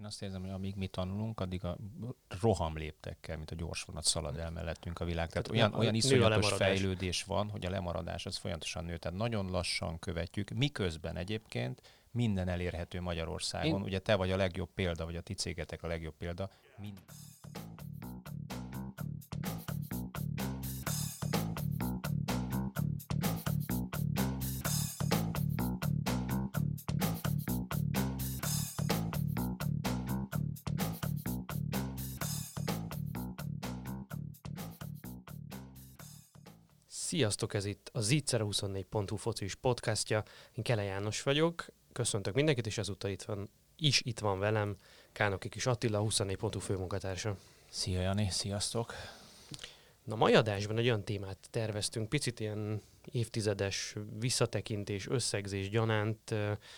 azt érzem, hogy amíg mi tanulunk, addig a rohamléptekkel, mint a gyorsvonat szalad el mellettünk a világ. Tehát olyan iszonyatos fejlődés van, hogy a lemaradás az folyamatosan nő. Tehát nagyon lassan követjük, miközben egyébként minden elérhető Magyarországon. Ugye te vagy a legjobb példa, vagy a ti cégetek a legjobb példa. Sziasztok, ez itt a Zicser24.hu focis podcastja. Én Kele János vagyok, köszöntök mindenkit, és ezúttal itt van velem Kánoki Kis Attila, 24.hu főmunkatársa. Szia Jani, sziasztok! Na, mai adásban egy olyan témát terveztünk, picit ilyen évtizedes visszatekintés, összegzés gyanánt,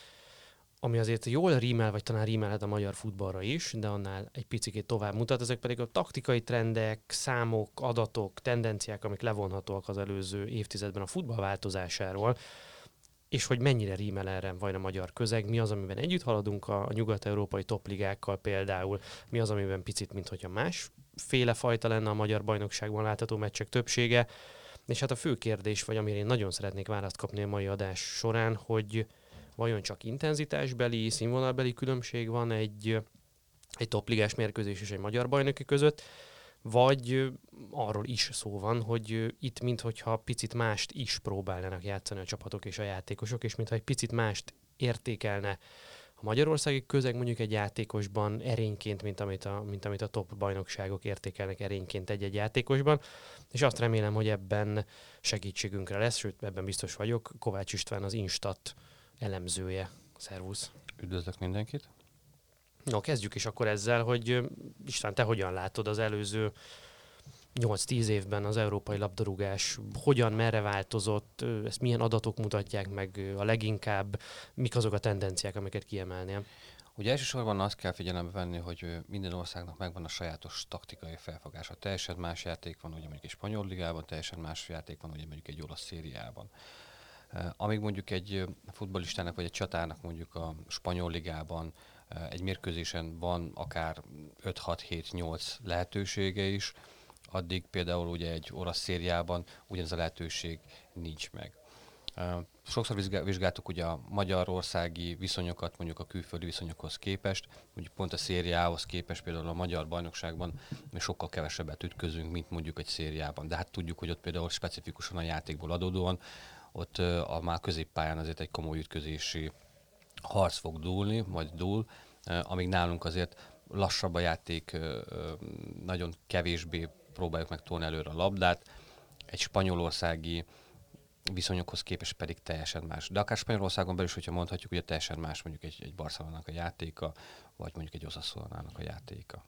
ami azért jól rímel, vagy talán rímelhet a magyar futballra is, de annál egy picit tovább mutat. Ezek pedig a taktikai trendek, számok, adatok, tendenciák, amik levonhatóak az előző évtizedben a futball változásáról, és hogy mennyire rímel erre vajon a magyar közeg, mi az, amiben együtt haladunk a nyugat-európai topligákkal például, mi az, amiben picit, minthogyha másféle fajta lenne a magyar bajnokságban látható meccsek többsége, és hát a fő kérdés, vagy amire én nagyon szeretnék választ kapni a mai adás során, hogy vajon csak intenzitásbeli, színvonalbeli különbség van egy topligás mérkőzés és egy magyar bajnoki között, vagy arról is szó van, hogy itt minthogyha picit mást is próbálnának játszani a csapatok és a játékosok, és mintha egy picit mást értékelne a magyarországi közeg mondjuk egy játékosban erényként, mint amit a top bajnokságok értékelnek erényként egy-egy játékosban, és azt remélem, hogy ebben segítségünkre lesz, sőt ebben biztos vagyok. Kovács István az Instat elemzője. Szervusz! Üdvözlök mindenkit! No, kezdjük is akkor ezzel, hogy István, te hogyan látod az előző 8-10 évben az európai labdarúgás, hogyan, merre változott, ezt milyen adatok mutatják meg a leginkább, mik azok a tendenciák, amiket kiemelnél? Ugye elsősorban azt kell figyelembe venni, hogy minden országnak megvan a sajátos taktikai felfogása. Teljesen más játék van ugye mondjuk egy spanyol ligában, teljesen más játék van ugye mondjuk egy olasz szériában. Amíg mondjuk egy futballistának vagy egy csatának mondjuk a spanyol ligában egy mérkőzésen van akár 5-6-7-8 lehetősége is, addig például ugye egy olasz szériában ugyanez a lehetőség nincs meg. Sokszor vizsgáltuk ugye a magyarországi viszonyokat mondjuk a külföldi viszonyokhoz képest, mondjuk pont a szériához képest például a magyar bajnokságban mi sokkal kevesebbet ütközünk, mint mondjuk egy szériában. De hát tudjuk, hogy ott például specifikusan a játékból adódóan ott már középpályán azért egy komoly ütközési harc fog dúlni, vagy dúl, amíg nálunk azért lassabb a játék, nagyon kevésbé próbáljuk meg tolni előre a labdát, egy spanyolországi viszonyokhoz képest pedig teljesen más. De akár Spanyolországon belül is, hogyha mondhatjuk, ugye teljesen más mondjuk egy Barcelonának a játéka, vagy mondjuk egy Osasunának a játéka.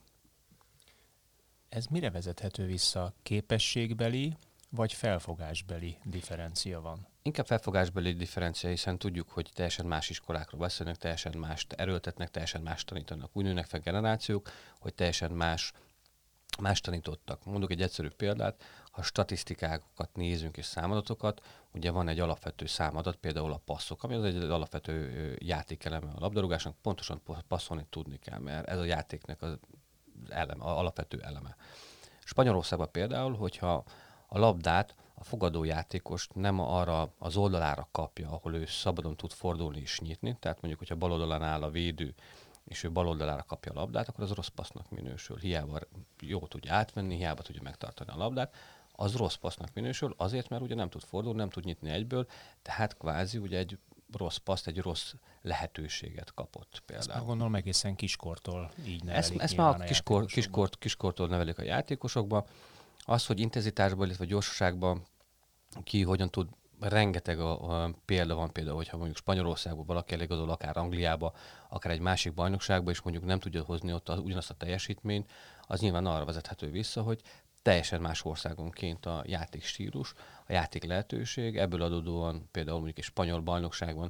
Ez mire vezethető vissza? Képességbeli vagy felfogásbeli differencia van? Inkább felfogásbeli differencia, hiszen tudjuk, hogy teljesen más iskolákról beszélnek, teljesen mást erőltetnek, teljesen más tanítanak. Úgy nőnek fel generációk, hogy teljesen más tanítottak. Mondok egy egyszerű példát, ha statisztikákat nézünk és számadatokat, ugye van egy alapvető számadat, például a passzok, ami az egy alapvető játékeleme a labdarúgásnak, pontosan passzolni tudni kell, mert ez a játéknak az alapvető eleme. Spanyolországban például, hogyha a labdát a fogadójátékost nem arra az oldalára kapja, ahol ő szabadon tud fordulni és nyitni, tehát mondjuk, hogyha bal oldalán áll a védő, és ő bal oldalára kapja a labdát, akkor az rossz passznak minősül. Hiába jól tudja átvenni, hiába tudja megtartani a labdát, az rossz passznak minősül, azért, mert ugye nem tud fordulni, nem tud nyitni egyből, tehát kvázi ugye egy rossz paszt, egy rossz lehetőséget kapott például. Ezt már gondolom egészen kiskortól így nevelik. Ezt már kiskortól nevelik a játékosokba. Az, hogy intenzitásban, illetve gyorsaságban ki hogyan tud, rengeteg a példa van például, hogyha mondjuk Spanyolországban valaki eligazol, akár Angliába, akár egy másik bajnokságba, és mondjuk nem tudja hozni ott ugyanazt a teljesítményt, az nyilván arra vezethető vissza, hogy teljesen más országonként a játékstílus, a játék lehetőség, ebből adódóan például mondjuk egy spanyol bajnokságban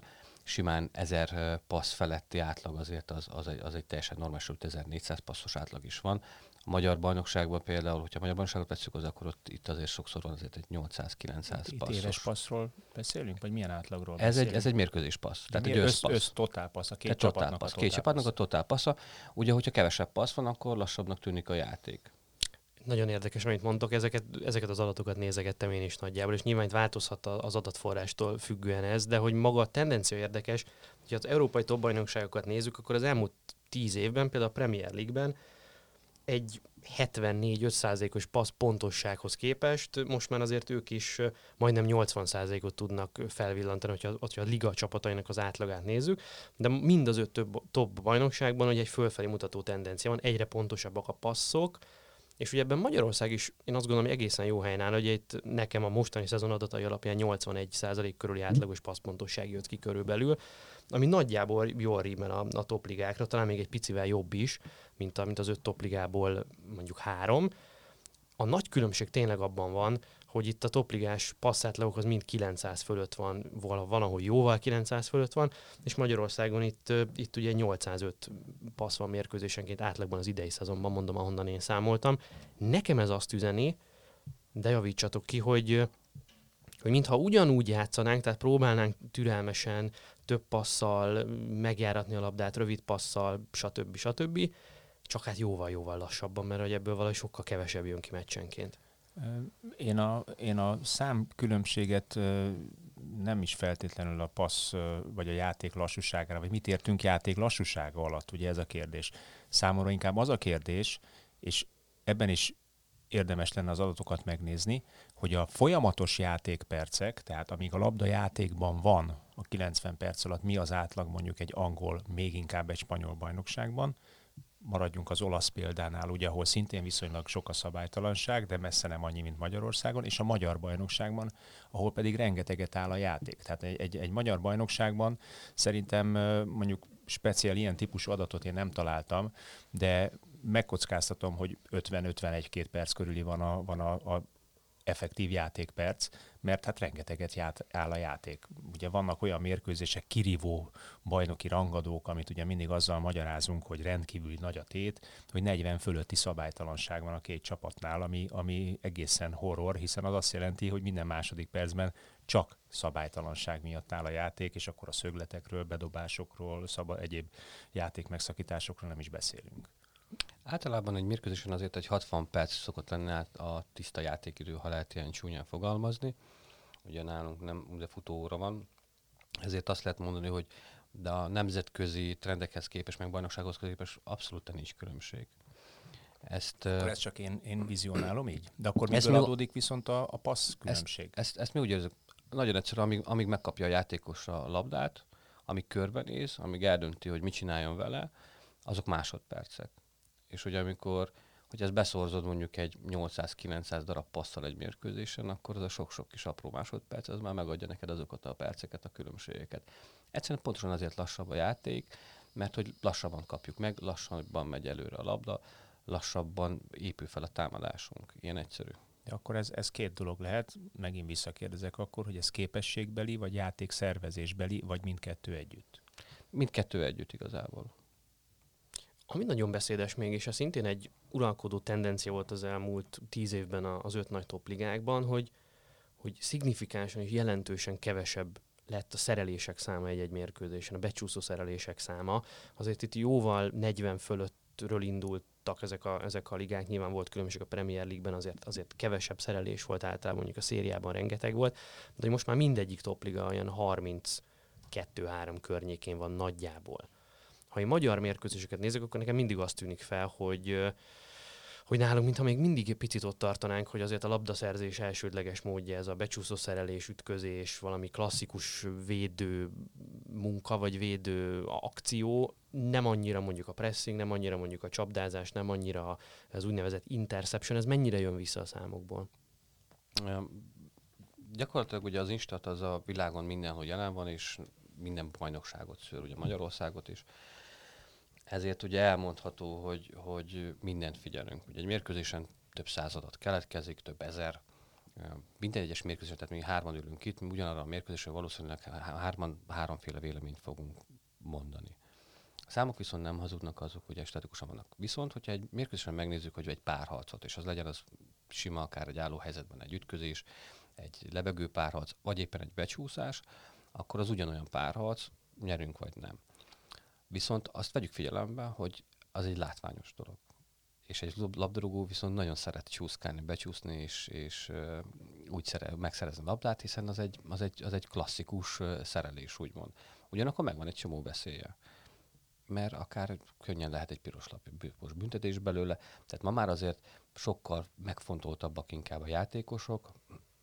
simán 1000 passz feletti átlag azért az egy teljesen normális, hogy 1400 passzos átlag is van. A magyar bajnokságban például, hogyha a magyar bajnokságot vesszük hozzá, akkor itt azért sokszor van azért egy 800-900 itt passzos. éves passzról beszélünk, vagy milyen átlagról beszélünk? Ez egy mérkőzés passz. Tehát egy össz totál passz, a két csapatnak a két csapatnak a totál passza. Ugye, hogyha kevesebb passz van, akkor lassabbnak tűnik a játék. Nagyon érdekes, amit mondtok, ezeket az adatokat nézegettem én is nagyjából, és nyilván változhat az adatforrástól függően ez, de hogy maga a tendencia érdekes, hogy az európai top-bajnokságokat nézzük, akkor az elmúlt 10 évben, például a Premier League-ben egy 74-5%-os passz pontossághoz képest most már azért ők is majdnem 80%-ot tudnak felvillantani, hogyha a liga csapatainak az átlagát nézzük, de mind az 5 top bajnokságban hogy egy fölfelé mutató tendencia van, egyre pontosabbak a passzok, és ugye ebben Magyarország is, én azt gondolom, hogy egészen jó helyen áll, hogy itt nekem a mostani szezon adatai alapján 81% körüli átlagos passzpontosság jött ki körülbelül, ami nagyjából jól rímel a topligákra, talán még egy picivel jobb is, mint az 5 topligából mondjuk 3. A nagy különbség tényleg abban van, hogy itt a topligás passzátlagokhoz mind 900 fölött van, valahol jóval 900 fölött van, és Magyarországon itt ugye 805 passz van mérkőzésenként átlagban az idei szezonban, mondom, ahonnan én számoltam. Nekem ez azt üzeni, de javítsatok ki, hogy mintha ugyanúgy játszanánk, tehát próbálnánk türelmesen, több passzal megjáratni a labdát, rövid passzal, stb. Csak hát jóval lassabban, mert hogy ebből valahogy sokkal kevesebb jön ki meccsenként. Én a számkülönbséget nem is feltétlenül a passz vagy a játék lassúságára, vagy mit értünk játék lassúsága alatt, ugye ez a kérdés. Számomra inkább az a kérdés, és ebben is érdemes lenne az adatokat megnézni, hogy a folyamatos játékpercek, tehát amíg a labda játékban van a 90 perc alatt, mi az átlag mondjuk egy angol, még inkább egy spanyol bajnokságban, maradjunk az olasz példánál, ugye, ahol szintén viszonylag sok a szabálytalanság, de messze nem annyi, mint Magyarországon, és a magyar bajnokságban, ahol pedig rengeteget áll a játék. Tehát egy magyar bajnokságban szerintem mondjuk speciál ilyen típusú adatot én nem találtam, de megkockáztatom, hogy 50-51-2 perc körüli van a effektív játékperc, mert hát rengeteget áll a játék. Ugye vannak olyan mérkőzések, kirívó bajnoki rangadók, amit ugye mindig azzal magyarázunk, hogy rendkívüli nagy a tét, hogy 40 fölötti szabálytalanság van a két csapatnál, ami egészen horror, hiszen az azt jelenti, hogy minden második percben csak szabálytalanság miatt áll a játék, és akkor a szögletekről, bedobásokról, egyéb játékmegszakításokról nem is beszélünk. Általában egy mérkőzésen azért egy 60 perc szokott lenni a tiszta játékidő, ha lehet ilyen csúnyán fogalmazni. Ugye nálunk nem ugye futóóra van, ezért azt lehet mondani, hogy de a nemzetközi trendekhez képest, meg bajnoksághoz képest abszolút nincs különbség. Akkor ezt csak én vizionálom így? De akkor miből adódik viszont a passz különbség? Ezt mi úgy érzük, nagyon egyszerű, amíg megkapja a játékos a labdát, amíg körbenéz, amíg eldönti, hogy mit csináljon vele, azok másodpercek. És hogy hogy ezt beszorzod mondjuk egy 800-900 darab passzal egy mérkőzésen, akkor az a sok-sok kis apró másodperc, az már megadja neked azokat a perceket, a különbségeket. Egyszerűen pontosan azért lassabb a játék, mert hogy lassabban kapjuk meg, lassabban megy előre a labda, lassabban épül fel a támadásunk. Ilyen egyszerű. De akkor ez két dolog lehet, megint visszakérdezek akkor, hogy ez képességbeli, vagy játékszervezésbeli, vagy mindkettő együtt? Mindkettő együtt igazából. Ami nagyon beszédes még, és ez szintén egy uralkodó tendencia volt az elmúlt 10 évben az 5 nagy topligákban, hogy szignifikánsan és jelentősen kevesebb lett a szerelések száma egy mérkőzésen, a becsúszó szerelések száma. Azért itt jóval 40 fölöttről indultak ezek a ligák, nyilván volt különbség a Premier League-ben, azért kevesebb szerelés volt általában, mondjuk a szériában rengeteg volt, de hogy most már mindegyik topliga olyan 32-3 környékén van nagyjából. Ha én magyar mérkőzéseket nézek, akkor nekem mindig azt tűnik fel, hogy nálunk, mintha még mindig egy picit ott tartanánk, hogy azért a labdaszerzés elsődleges módja ez a becsúszó szerelés, ütközés, valami klasszikus védő munka, vagy védő akció, nem annyira mondjuk a pressing, nem annyira mondjuk a csapdázás, nem annyira az úgynevezett interception, ez mennyire jön vissza a számokból? Gyakorlatilag ugye az Instat az a világon mindenhol jelen van, és minden bajnokságot szőr, ugye Magyarországot is. Ezért ugye elmondható, hogy mindent figyelünk. Ugye egy mérkőzésen több száz adat keletkezik, több ezer minden egyes mérkőzésre, tehát mi 3 ülünk itt, mi ugyanarra a mérkőzésre valószínűleg 3-féle véleményt fogunk mondani. A számok viszont nem hazudnak, azok ugye statikusan vannak. Viszont, hogyha egy mérkőzésen megnézzük, hogy egy párharcot, és az legyen az sima, akár egy álló helyzetben egy ütközés, egy lebegő párharc, vagy éppen egy becsúszás, akkor az ugyanolyan párharc, nyerünk vagy nem. Viszont azt vegyük figyelembe, hogy az egy látványos dolog. És egy labdarúgó viszont nagyon szeret csúszkálni, becsúszni, és úgy megszerezni a labdát, hiszen az egy klasszikus szerelés, úgymond. Ugyanakkor megvan egy csomó veszélye, mert akár könnyen lehet egy piros büntetés belőle. Tehát ma már azért sokkal megfontoltabbak inkább a játékosok,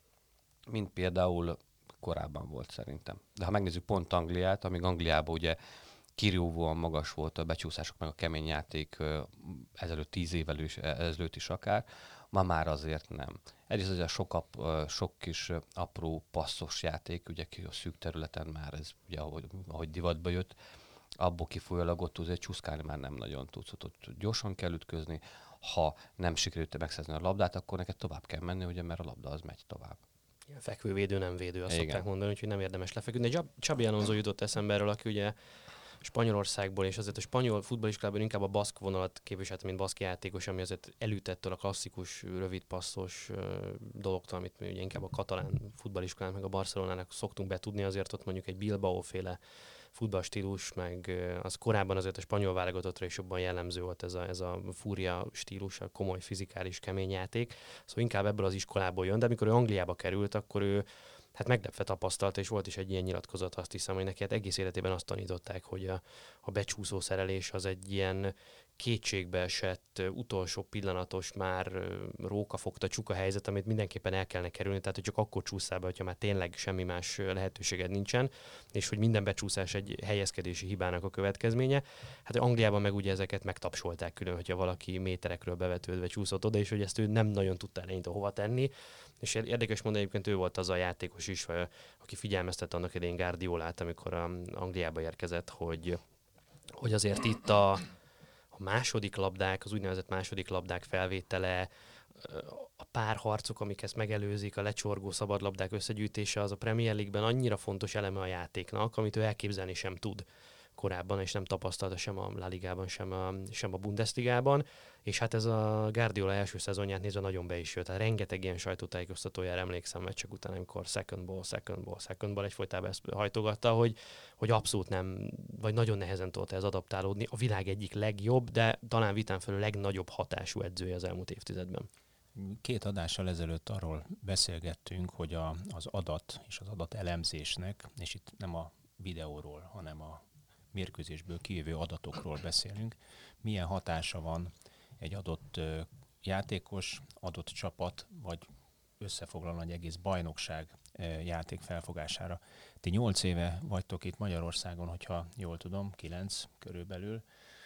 mint például korábban volt szerintem. De ha megnézzük pont Angliát, amíg Angliában ugye kirjóvóan magas volt a becsúszások, meg a kemény játék ezelőtt 10 évvel ezelőtt is akár, ma már azért nem. Egyrészt azért sok kis apró passzos játék, ugye a szűk területen már ez ugye ahogy divatba jött, abból kifolyólag ott azért csúszkálni már nem nagyon tudsz, ott gyorsan kell ütközni, ha nem sikerült megszerzni a labdát, akkor neked tovább kell menni, ugye, mert a labda az megy tovább. Fekvővédő, nem védő, azt szokták mondani, úgyhogy nem érdemes lefeküdni. Xabi Alonso jutott eszembe erről, aki ugye Spanyolországból, és azért a spanyol futballiskolában inkább a baszk vonalat képviselte, mint baszk játékos, ami azért elütettől a klasszikus, rövidpasszos dologtól, amit mi ugye inkább a katalán futballiskolán, meg a Barcelonának szoktunk betudni, azért ott mondjuk egy Bilbao-féle futballstílus, meg az korábban azért a spanyol válogatottra is jobban jellemző volt ez a fúria stílus, a komoly fizikális kemény játék. Szóval inkább ebből az iskolából jön, de amikor ő Angliába került, akkor ő hát meglepve tapasztalta, és volt is egy ilyen nyilatkozat, azt hiszem, hogy neki hát egész életében azt tanították, hogy a becsúszó szerelés az egy ilyen kétségbe esett, utolsó pillanatos, már róka fogta csuka helyzet, amit mindenképpen el kellene kerülni, tehát hogy csak akkor csúszál be, hogyha már tényleg semmi más lehetőséged nincsen, és hogy minden becsúszás egy helyezkedési hibának a következménye. Hát Angliában meg ugye ezeket megtapsolták külön, hogyha valaki méterekről bevetődve csúszott oda, és hogy ezt ő nem nagyon tudta eleinte hova tenni. És érdekes mondani, egyébként ő volt az a játékos is, aki figyelmeztette annak idején Guardiolát, amikor Angliába érkezett, hogy azért itt a második labdák, az úgynevezett második labdák felvétele, a párharcok, amik ezt megelőzik, a lecsorgó szabadlabdák összegyűjtése, az a Premier League-ben annyira fontos eleme a játéknak, amit ő elképzelni sem tud korábban, és nem tapasztalta sem a La Ligában, sem a Bundesligában, és hát ez a Guardiola első szezonját nézve nagyon be is jött. Tehát rengeteg ilyen sajtótájékoztatójára emlékszem meccsek után, amikor second ball egyfolytában ezt hajtogatta, hogy abszolút nem, vagy nagyon nehezen tudott ez adaptálódni. A világ egyik legjobb, de talán vitán felül legnagyobb hatású edzője az elmúlt évtizedben. 2 adással ezelőtt arról beszélgettünk, hogy az adat és az adatelemzésnek, és itt nem a videóról, hanem a mérkőzésből kijövő adatokról beszélünk, milyen hatása van egy adott játékos, adott csapat, vagy összefoglalva egy egész bajnokság játék felfogására. Ti 8 éve vagytok itt Magyarországon, hogyha jól tudom, 9 körülbelül.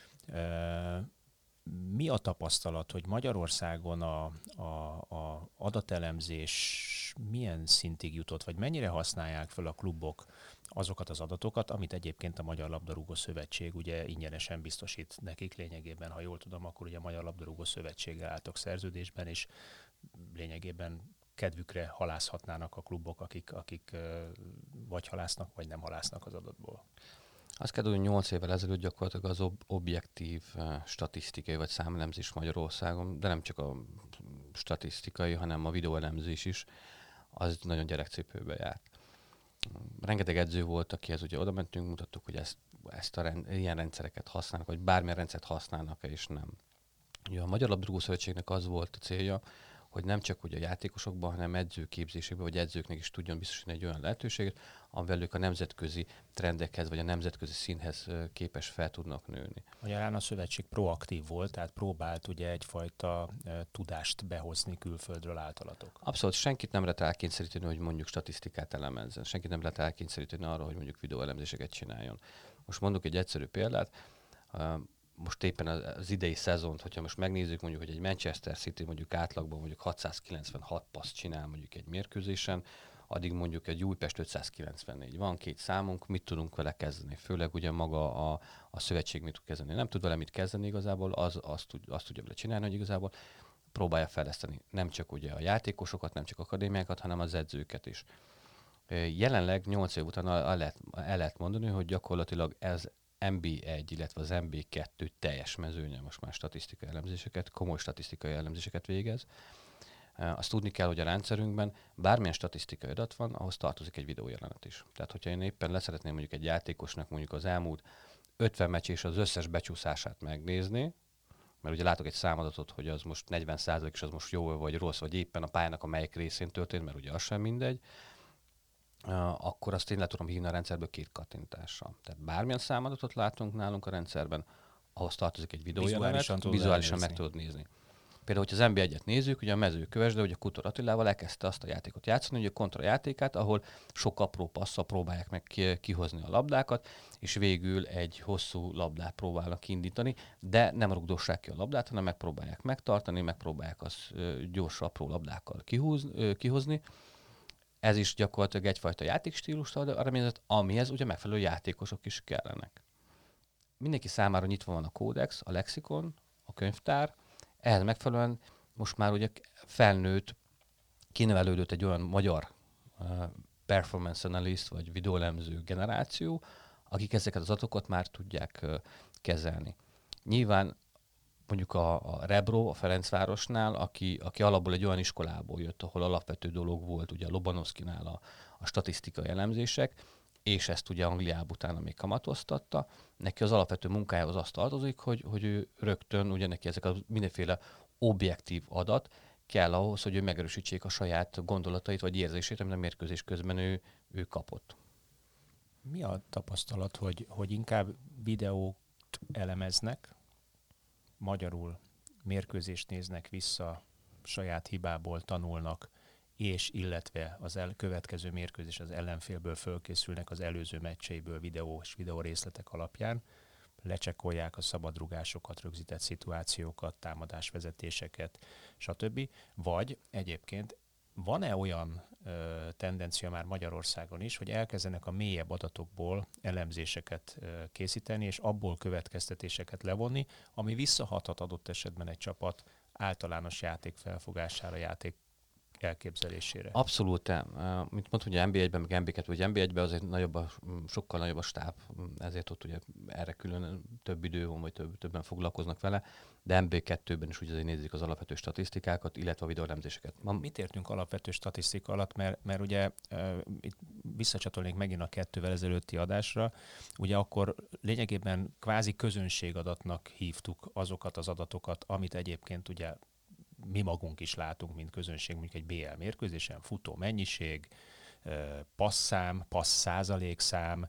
Mi a tapasztalat, hogy Magyarországon a adatelemzés milyen szintig jutott, vagy mennyire használják fel a klubok azokat az adatokat, amit egyébként a Magyar Labdarúgó Szövetség ugye ingyenesen biztosít nekik lényegében, ha jól tudom, akkor ugye a Magyar Labdarúgó Szövetséggel álltok szerződésben, és lényegében kedvükre halászhatnának a klubok, akik vagy halásznak, vagy nem halásznak az adatból. Azt kell tudni, hogy 8 évvel ezelőtt gyakorlatilag az objektív statisztikai vagy számelemzés Magyarországon, de nem csak a statisztikai, hanem a videóelemzés is, az nagyon gyerekcipőbe járt. Rengeteg edző volt, akihez ugye oda mentünk, mutattuk, hogy ilyen rendszereket használnak, vagy bármilyen rendszert használnak, és nem. Ugye a Magyar Labdarúgó Szövetségnek az volt a célja, hogy nem csak ugye a játékosokban, hanem edzőképzésében, vagy edzőknek is tudjon biztosítani egy olyan lehetőséget, amivel ők a nemzetközi trendekhez, vagy a nemzetközi színhez képes fel tudnak nőni. Magyarán a szövetség proaktív volt, tehát próbált ugye egyfajta tudást behozni külföldről általatok. Abszolút, senkit nem lehet elkényszeríteni, hogy mondjuk statisztikát elemezzen. Senkit nem lehet elkényszeríteni arra, hogy mondjuk videóelemzéseket csináljon. Most mondok egy egyszerű példát. Most éppen az idei szezont, hogyha most megnézzük mondjuk, hogy egy Manchester City mondjuk átlagban mondjuk 696 paszt csinál mondjuk egy mérkőzésen, addig mondjuk egy Újpest 594. Van 2 számunk, mit tudunk vele kezdeni? Főleg ugye maga a szövetség mit tud kezdeni. Nem tud vele mit kezdeni igazából, azt tudja vele csinálni, hogy igazából próbálja fejleszteni. Nem csak ugye a játékosokat, nem csak akadémiákat, hanem az edzőket is. Jelenleg 8 év után el lehet mondani, hogy gyakorlatilag ez MB1, illetve az MB2 teljes mezőnye most már statisztikai elemzéseket, komoly statisztikai elemzéseket végez. Azt tudni kell, hogy a rendszerünkben bármilyen statisztikai adat van, ahhoz tartozik egy videójelenet is. Tehát, hogyha én éppen leszeretném mondjuk egy játékosnak mondjuk az elmúlt 50 meccs és az összes becsúszását megnézni, mert ugye látok egy számadatot, hogy az most 40% és az most jó vagy rossz, vagy éppen a pályának a melyik részén történt, mert ugye az sem mindegy, akkor azt én le tudom hívni a rendszerből 2 kattintással. Tehát bármilyen számadatot látunk nálunk a rendszerben, ahhoz tartozik egy videójelenet, vizuálisan meg tudod nézni. Például, hogyha az NB1-et nézzük, ugye a Mezőkövesde, ugye Kutor Attilával elkezdte azt a játékot játszani, ugye a kontrajátékát, ahol sok apró passzal próbálják meg kihozni a labdákat, és végül egy hosszú labdát próbálnak kiindítani, de nem rugdossák ki a labdát, hanem megpróbálják megtartani, megpróbálják azt gyors, apró labdákkal kihozni. Ez is gyakorlatilag egyfajta játékstílust ad, amihez ugye megfelelő játékosok is kellenek. Mindenki számára nyitva van a kódex, a lexikon, a könyvtár. Ehhez megfelelően most már ugye felnőtt, kinevelődött egy olyan magyar performance analyst vagy videóelemző generáció, akik ezeket az adatokat már tudják kezelni. Nyilván mondjuk a Rebro, a Ferencvárosnál, aki alapból egy olyan iskolából jött, ahol alapvető dolog volt ugye a Lobanovszkinál a statisztikai elemzések, és ezt ugye Angliában utána még kamatoztatta. Neki az alapvető munkájához azt tartozik, hogy ő rögtön, ugye neki ezek a mindenféle objektív adat kell ahhoz, hogy ő megerősítsék a saját gondolatait vagy érzését, amit a mérkőzés közben ő kapott. Mi a tapasztalat, hogy inkább videót elemeznek, magyarul mérkőzést néznek vissza, saját hibából tanulnak, és illetve az következő mérkőzés az ellenfélből fölkészülnek az előző meccseiből videó és videó részletek alapján, lecsekkolják a szabadrugásokat, rögzített szituációkat, támadásvezetéseket, stb. Vagy egyébként van-e olyan tendencia már Magyarországon is, hogy elkezdenek a mélyebb adatokból elemzéseket készíteni, és abból következtetéseket levonni, ami visszahathat adott esetben egy csapat általános játék felfogására, játék elképzelésére. Abszolút. Mint mondtam, hogy NB1-ben, meg NB2 vagy NB1-ben azért sokkal nagyobb a stáb, ezért ott ugye erre külön több idő van, vagy többen foglalkoznak vele, de NB2-ben is ugye nézzük az alapvető statisztikákat, illetve a videóelemzéseket. Mit értünk alapvető statisztika alatt, mert ugye itt visszacsatolnék megint a 2-vel ezelőtti adásra, ugye akkor lényegében kvázi közönségadatnak hívtuk azokat az adatokat, amit egyébként ugye mi magunk is látunk, mint közönség, mondjuk egy BL mérkőzésen, futó mennyiség, passszám, passz százalékszám,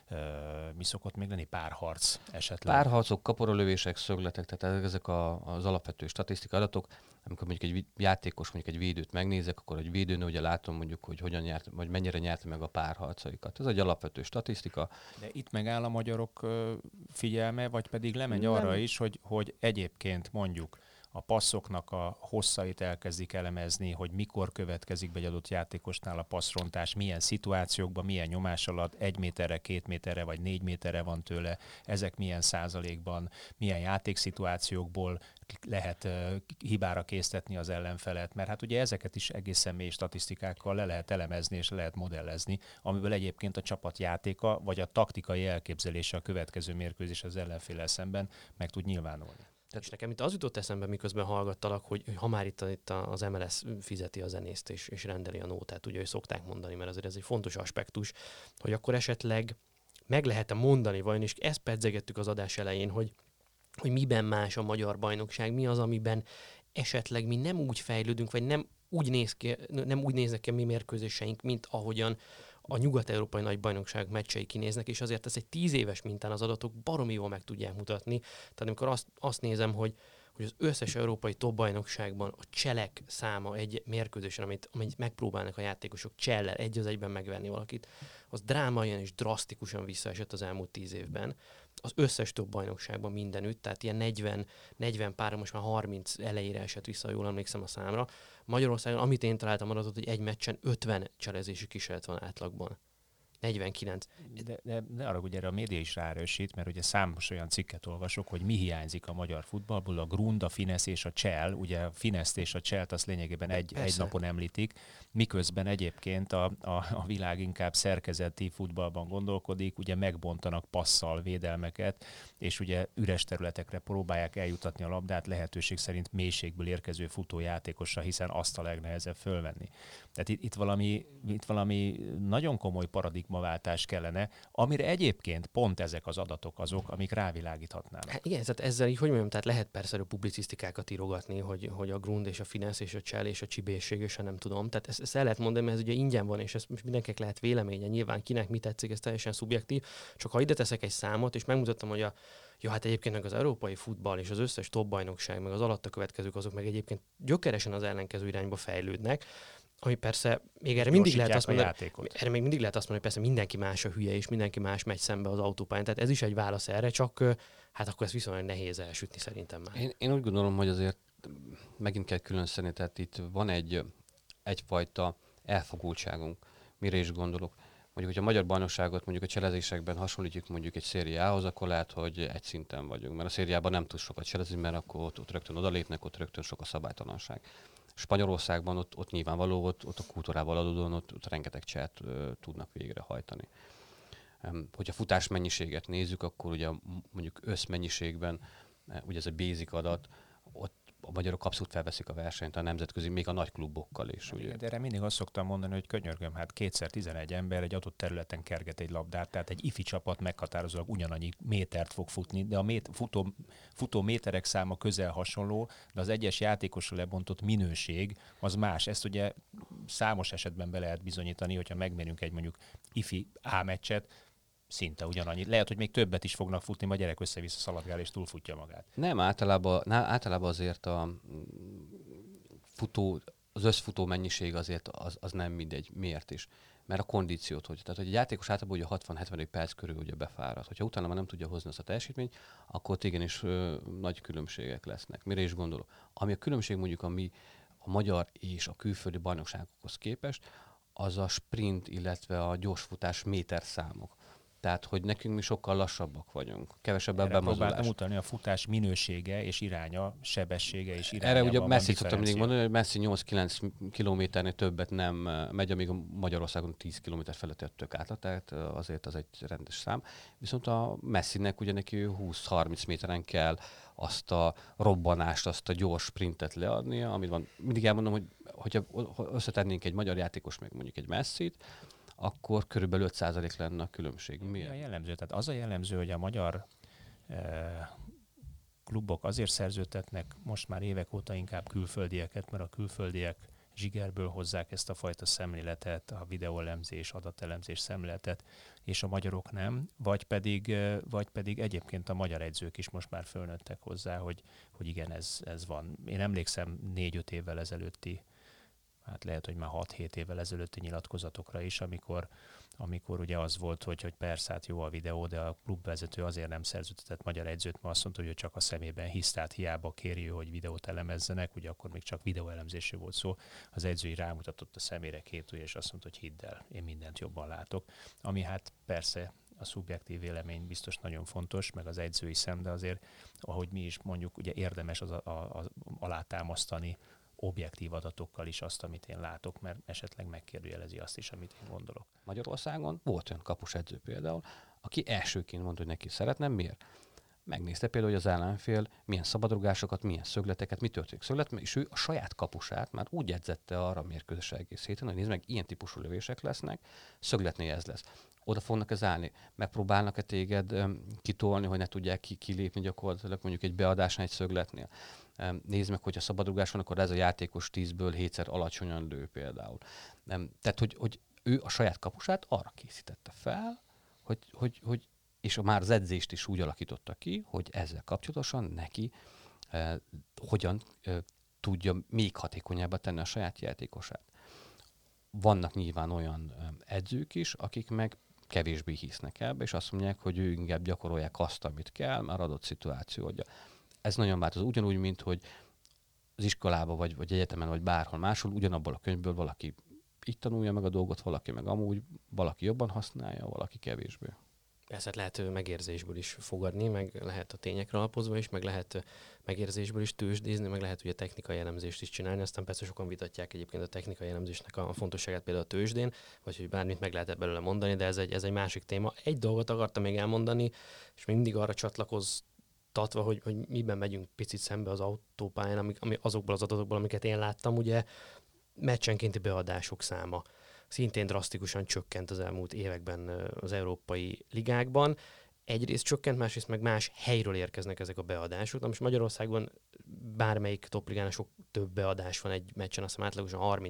mi szokott még lenni? Párharc esetleg. Párharcok, kaporalövések, szögletek, tehát ezek az alapvető statisztikai adatok. Amikor mondjuk egy játékos, mondjuk egy védőt megnézek, akkor egy védőnő ugye látom mondjuk, hogy hogyan nyert, vagy mennyire nyerte meg a párharcaikat. Ez egy alapvető statisztika. De itt megáll a magyarok figyelme, vagy pedig lemegy arra is, hogy egyébként mondjuk a passzoknak a hosszait elkezdik elemezni, hogy mikor következik be egy adott játékosnál a passzrontás, milyen szituációkban, milyen nyomás alatt, 1 méterre, 2 méterre vagy 4 méterre van tőle, ezek milyen százalékban, milyen játékszituációkból lehet hibára késztetni az ellenfelet, mert hát ugye ezeket is egészen mély statisztikákkal le lehet elemezni és le lehet modellezni, amiből egyébként a csapat játéka vagy a taktikai elképzelése a következő mérkőzés az ellenféllel szemben meg tud nyilvánulni. És nekem itt az jutott eszembe, miközben hallgattalak, hogy ha már itt az MLS fizeti a zenészt és rendeli a nótát, ugye, hogy szokták mondani, mert azért ez egy fontos aspektus, hogy akkor esetleg meg lehet-e mondani vajon, és ezt pedzegettük az adás elején, hogy miben más a magyar bajnokság, mi az, amiben esetleg mi nem úgy fejlődünk, vagy nem úgy néznek ki a mi mérkőzéseink, mint ahogyan a nyugat-európai nagybajnokság meccsei kinéznek, és azért ez egy 10 éves mintán az adatok baromi jól meg tudják mutatni. Tehát amikor azt nézem, hogy az összes európai top-bajnokságban a cselek száma egy mérkőzésen, amit megpróbálnak a játékosok csellel egy az egyben megverni valakit, az drámaian és drasztikusan visszaesett az elmúlt 10 évben. Az összes top-bajnokságban mindenütt, tehát ilyen 40 pára, most már 30 elejére esett vissza, jól emlékszem a számra. Magyarországon, amit én találtam adatot, hogy egy meccsen 50 cselezési kísérlet van átlagban. 49. De arra ugye erre a média is ráerősít, mert ugye számos olyan cikket olvasok, hogy mi hiányzik a magyar futballból, a Grund, a Finesz és a Csel, ugye a Fineszt és a Cselt azt lényegében egy napon említik, miközben egyébként a világ inkább szerkezeti futballban gondolkodik, ugye megbontanak passzal védelmeket, és ugye üres területekre próbálják eljutatni a labdát, lehetőség szerint mélységből érkező futójátékosra, hiszen azt a legnehezebb fölvenni. Tehát itt valami nagyon komoly paradigmaváltás kellene, amire egyébként pont ezek az adatok azok, amik rávilágíthatnának. Hát igen, tehát ezzel így, hogy mondjam, tehát lehet persze publicisztikákat írogatni, hogy a Grund és a Finesz és a Csel és a csibészség, és nem tudom. Tehát ezt el lehet mondani, mert ez ugye ingyen van, és ez mindenkinek lehet véleménye. Nyilván kinek mi tetszik, ez teljesen szubjektív. Csak ha ide teszek egy számot, és megmutattam, hogy hát egyébként meg az európai futball és az összes top bajnokság, meg az alatta következők, azok meg egyébként gyökeresen az ellenkező irányba fejlődnek, ami persze még erre mindig lehet azt mondani, hogy persze mindenki más a hülye, és mindenki más megy szembe az autópályán. Tehát ez is egy válasz erre, csak hát akkor ezt viszonylag nehéz elsütni szerintem már. Én úgy gondolom, hogy azért megint kell külön szedni, tehát itt van egyfajta elfogultságunk. Mire is gondolok? Mondjuk, hogyha a magyar bajnokságot mondjuk a cselezésekben hasonlítjuk mondjuk egy szériához, akkor lehet, hogy egy szinten vagyunk. Mert a szériában nem tud sokat cselezni, mert akkor ott rögtön odalépnek, ott rögtön sok a szabálytalanság. Spanyolországban ott nyilvánvaló, ott a kultúrával adódóan ott rengeteg cselt tudnak végrehajtani. Hogyha futás mennyiséget nézzük, akkor ugye mondjuk összmennyiségben, ugye ez a basic adat, ott a magyarok abszolút felveszik a versenyt a nemzetközi, még a nagy klubokkal is. Ugye. Igen, de erre mindig azt szoktam mondani, hogy könyörgöm, hát 2x11 ember egy adott területen kerget egy labdát, tehát egy ifi csapat meghatározólag ugyanannyi métert fog futni, de a futó méterek száma közel hasonló, de az egyes játékosra lebontott minőség az más. Ezt ugye számos esetben be lehet bizonyítani, hogyha megmérünk egy mondjuk ifi A meccset, szinte ugyanannyi. Lehet, hogy még többet is fognak futni, majd gyerek össze-vissza szaladgál és túlfutja magát. Nem, általában azért az összfutó mennyiség azért az nem mindegy. Miért is? Mert a kondíciót, tehát hogy egy játékos általában ugye 60-70 perc körül ugye befárad. Hogyha utána már nem tudja hozni azt a teljesítményt, akkor igenis nagy különbségek lesznek. Mire is gondolok? Ami a különbség mondjuk a magyar és a külföldi bajnokságokhoz képest, az a sprint, illetve a gyorsfutás méterszámok. Tehát, hogy nekünk mi sokkal lassabbak vagyunk. Kevesebb a bemozulás. Próbáltam utalni a futás minősége és iránya, sebessége és iránya. Erre ugye Messi szoktam mindig mondani, hogy Messi 8-9 kilométernél többet nem megy, amíg a Magyarországon 10 kilométer felett tök átlag, tehát azért az egy rendes szám. Viszont a Messinek ugye neki 20-30 méteren kell azt a robbanást, azt a gyors sprintet leadnia, amit van. Mindig elmondom, hogyha összetennénk egy magyar játékos, meg mondjuk egy Messit, akkor körülbelül 5% lenne a különbség. Miért? A jellemző? Tehát az a jellemző, hogy a magyar klubok azért szerződtetnek most már évek óta inkább külföldieket, mert a külföldiek zsigerből hozzák ezt a fajta szemléletet, a videóelemzés, adatelemzés szemléletet, és a magyarok nem, vagy pedig egyébként a magyar edzők is most már fölnőttek hozzá, hogy igen, ez van. Én emlékszem 4-5 évvel ezelőtti, hát lehet, hogy már 6-7 évvel ezelőtti nyilatkozatokra is, amikor ugye az volt, hogy persze hát jó a videó, de a klubvezető azért nem szerződtetett magyar edzőt, mert azt mondta, hogy ő csak a szemében hisz, tehát hiába kéri, hogy videót elemezzenek, ugye akkor még csak videóelemzésről volt szó, az edzői rámutatott a szemére 2 ujj, és azt mondta, hogy hidd el, én mindent jobban látok, ami hát persze a szubjektív vélemény biztos nagyon fontos, meg az edzői szem, de azért, ahogy mi is mondjuk, ugye érdemes alátámasztani objektív adatokkal is azt, amit én látok, mert esetleg megkérdőjelezi azt is, amit én gondolok. Magyarországon volt olyan kapusedző például, aki elsőként mondta, hogy neki szeretne. Miért? Megnézte például, hogy az ellenfél milyen szabadrugásokat, milyen szögleteket, mi történik szögletben, és ő a saját kapusát már úgy edzette arra a mérkőzés egész héten, hogy nézd meg, ilyen típusú lövések lesznek, szögletnél ez lesz. Oda fognak ez állni. Megpróbálnak-e téged kitolni, hogy ne tudják kilépni gyakorlatilag mondjuk egy beadásnál, egy szögletnél. Nézd meg, hogyha szabadrugás van, akkor ez a játékos 10-ből 7-szer alacsonyan lő például. Tehát, hogy ő a saját kapusát arra készítette fel, hogy és már az edzést is úgy alakította ki, hogy ezzel kapcsolatosan neki hogyan tudja még hatékonyabbá tenni a saját játékosát. Vannak nyilván olyan edzők is, akik meg kevésbé hisznek ebbe, és azt mondják, hogy ő inkább gyakorolják azt, amit kell, már adott szituációja. Ez nagyon változó. Ugyanúgy, mint hogy az iskolában, vagy egyetemen, vagy bárhol máshol, ugyanabból a könyvből valaki így tanulja meg a dolgot, valaki meg amúgy, valaki jobban használja, valaki kevésbé. Ezt lehet megérzésből is fogadni, meg lehet a tényekre alapozva is, meg lehet megérzésből is tőzsdézni, meg lehet ugye technikai elemzést is csinálni. Aztán persze sokan vitatják egyébként a technikai elemzésnek a fontosságát például a tőzsdén, vagy hogy bármit meg lehet belőle mondani, de ez egy másik téma. Egy dolgot akartam még elmondani, és mindig arra csatlakoztatva, hogy miben megyünk picit szembe az autópályán, ami azokból az adatokból, amiket én láttam, ugye meccsenkénti beadások száma szintén drasztikusan csökkent az elmúlt években az európai ligákban. Egyrészt csökkent, másrészt meg más helyről érkeznek ezek a beadások. Na most Magyarországon bármelyik topligán sok több beadás van egy meccsen, azt hiszem átlagosan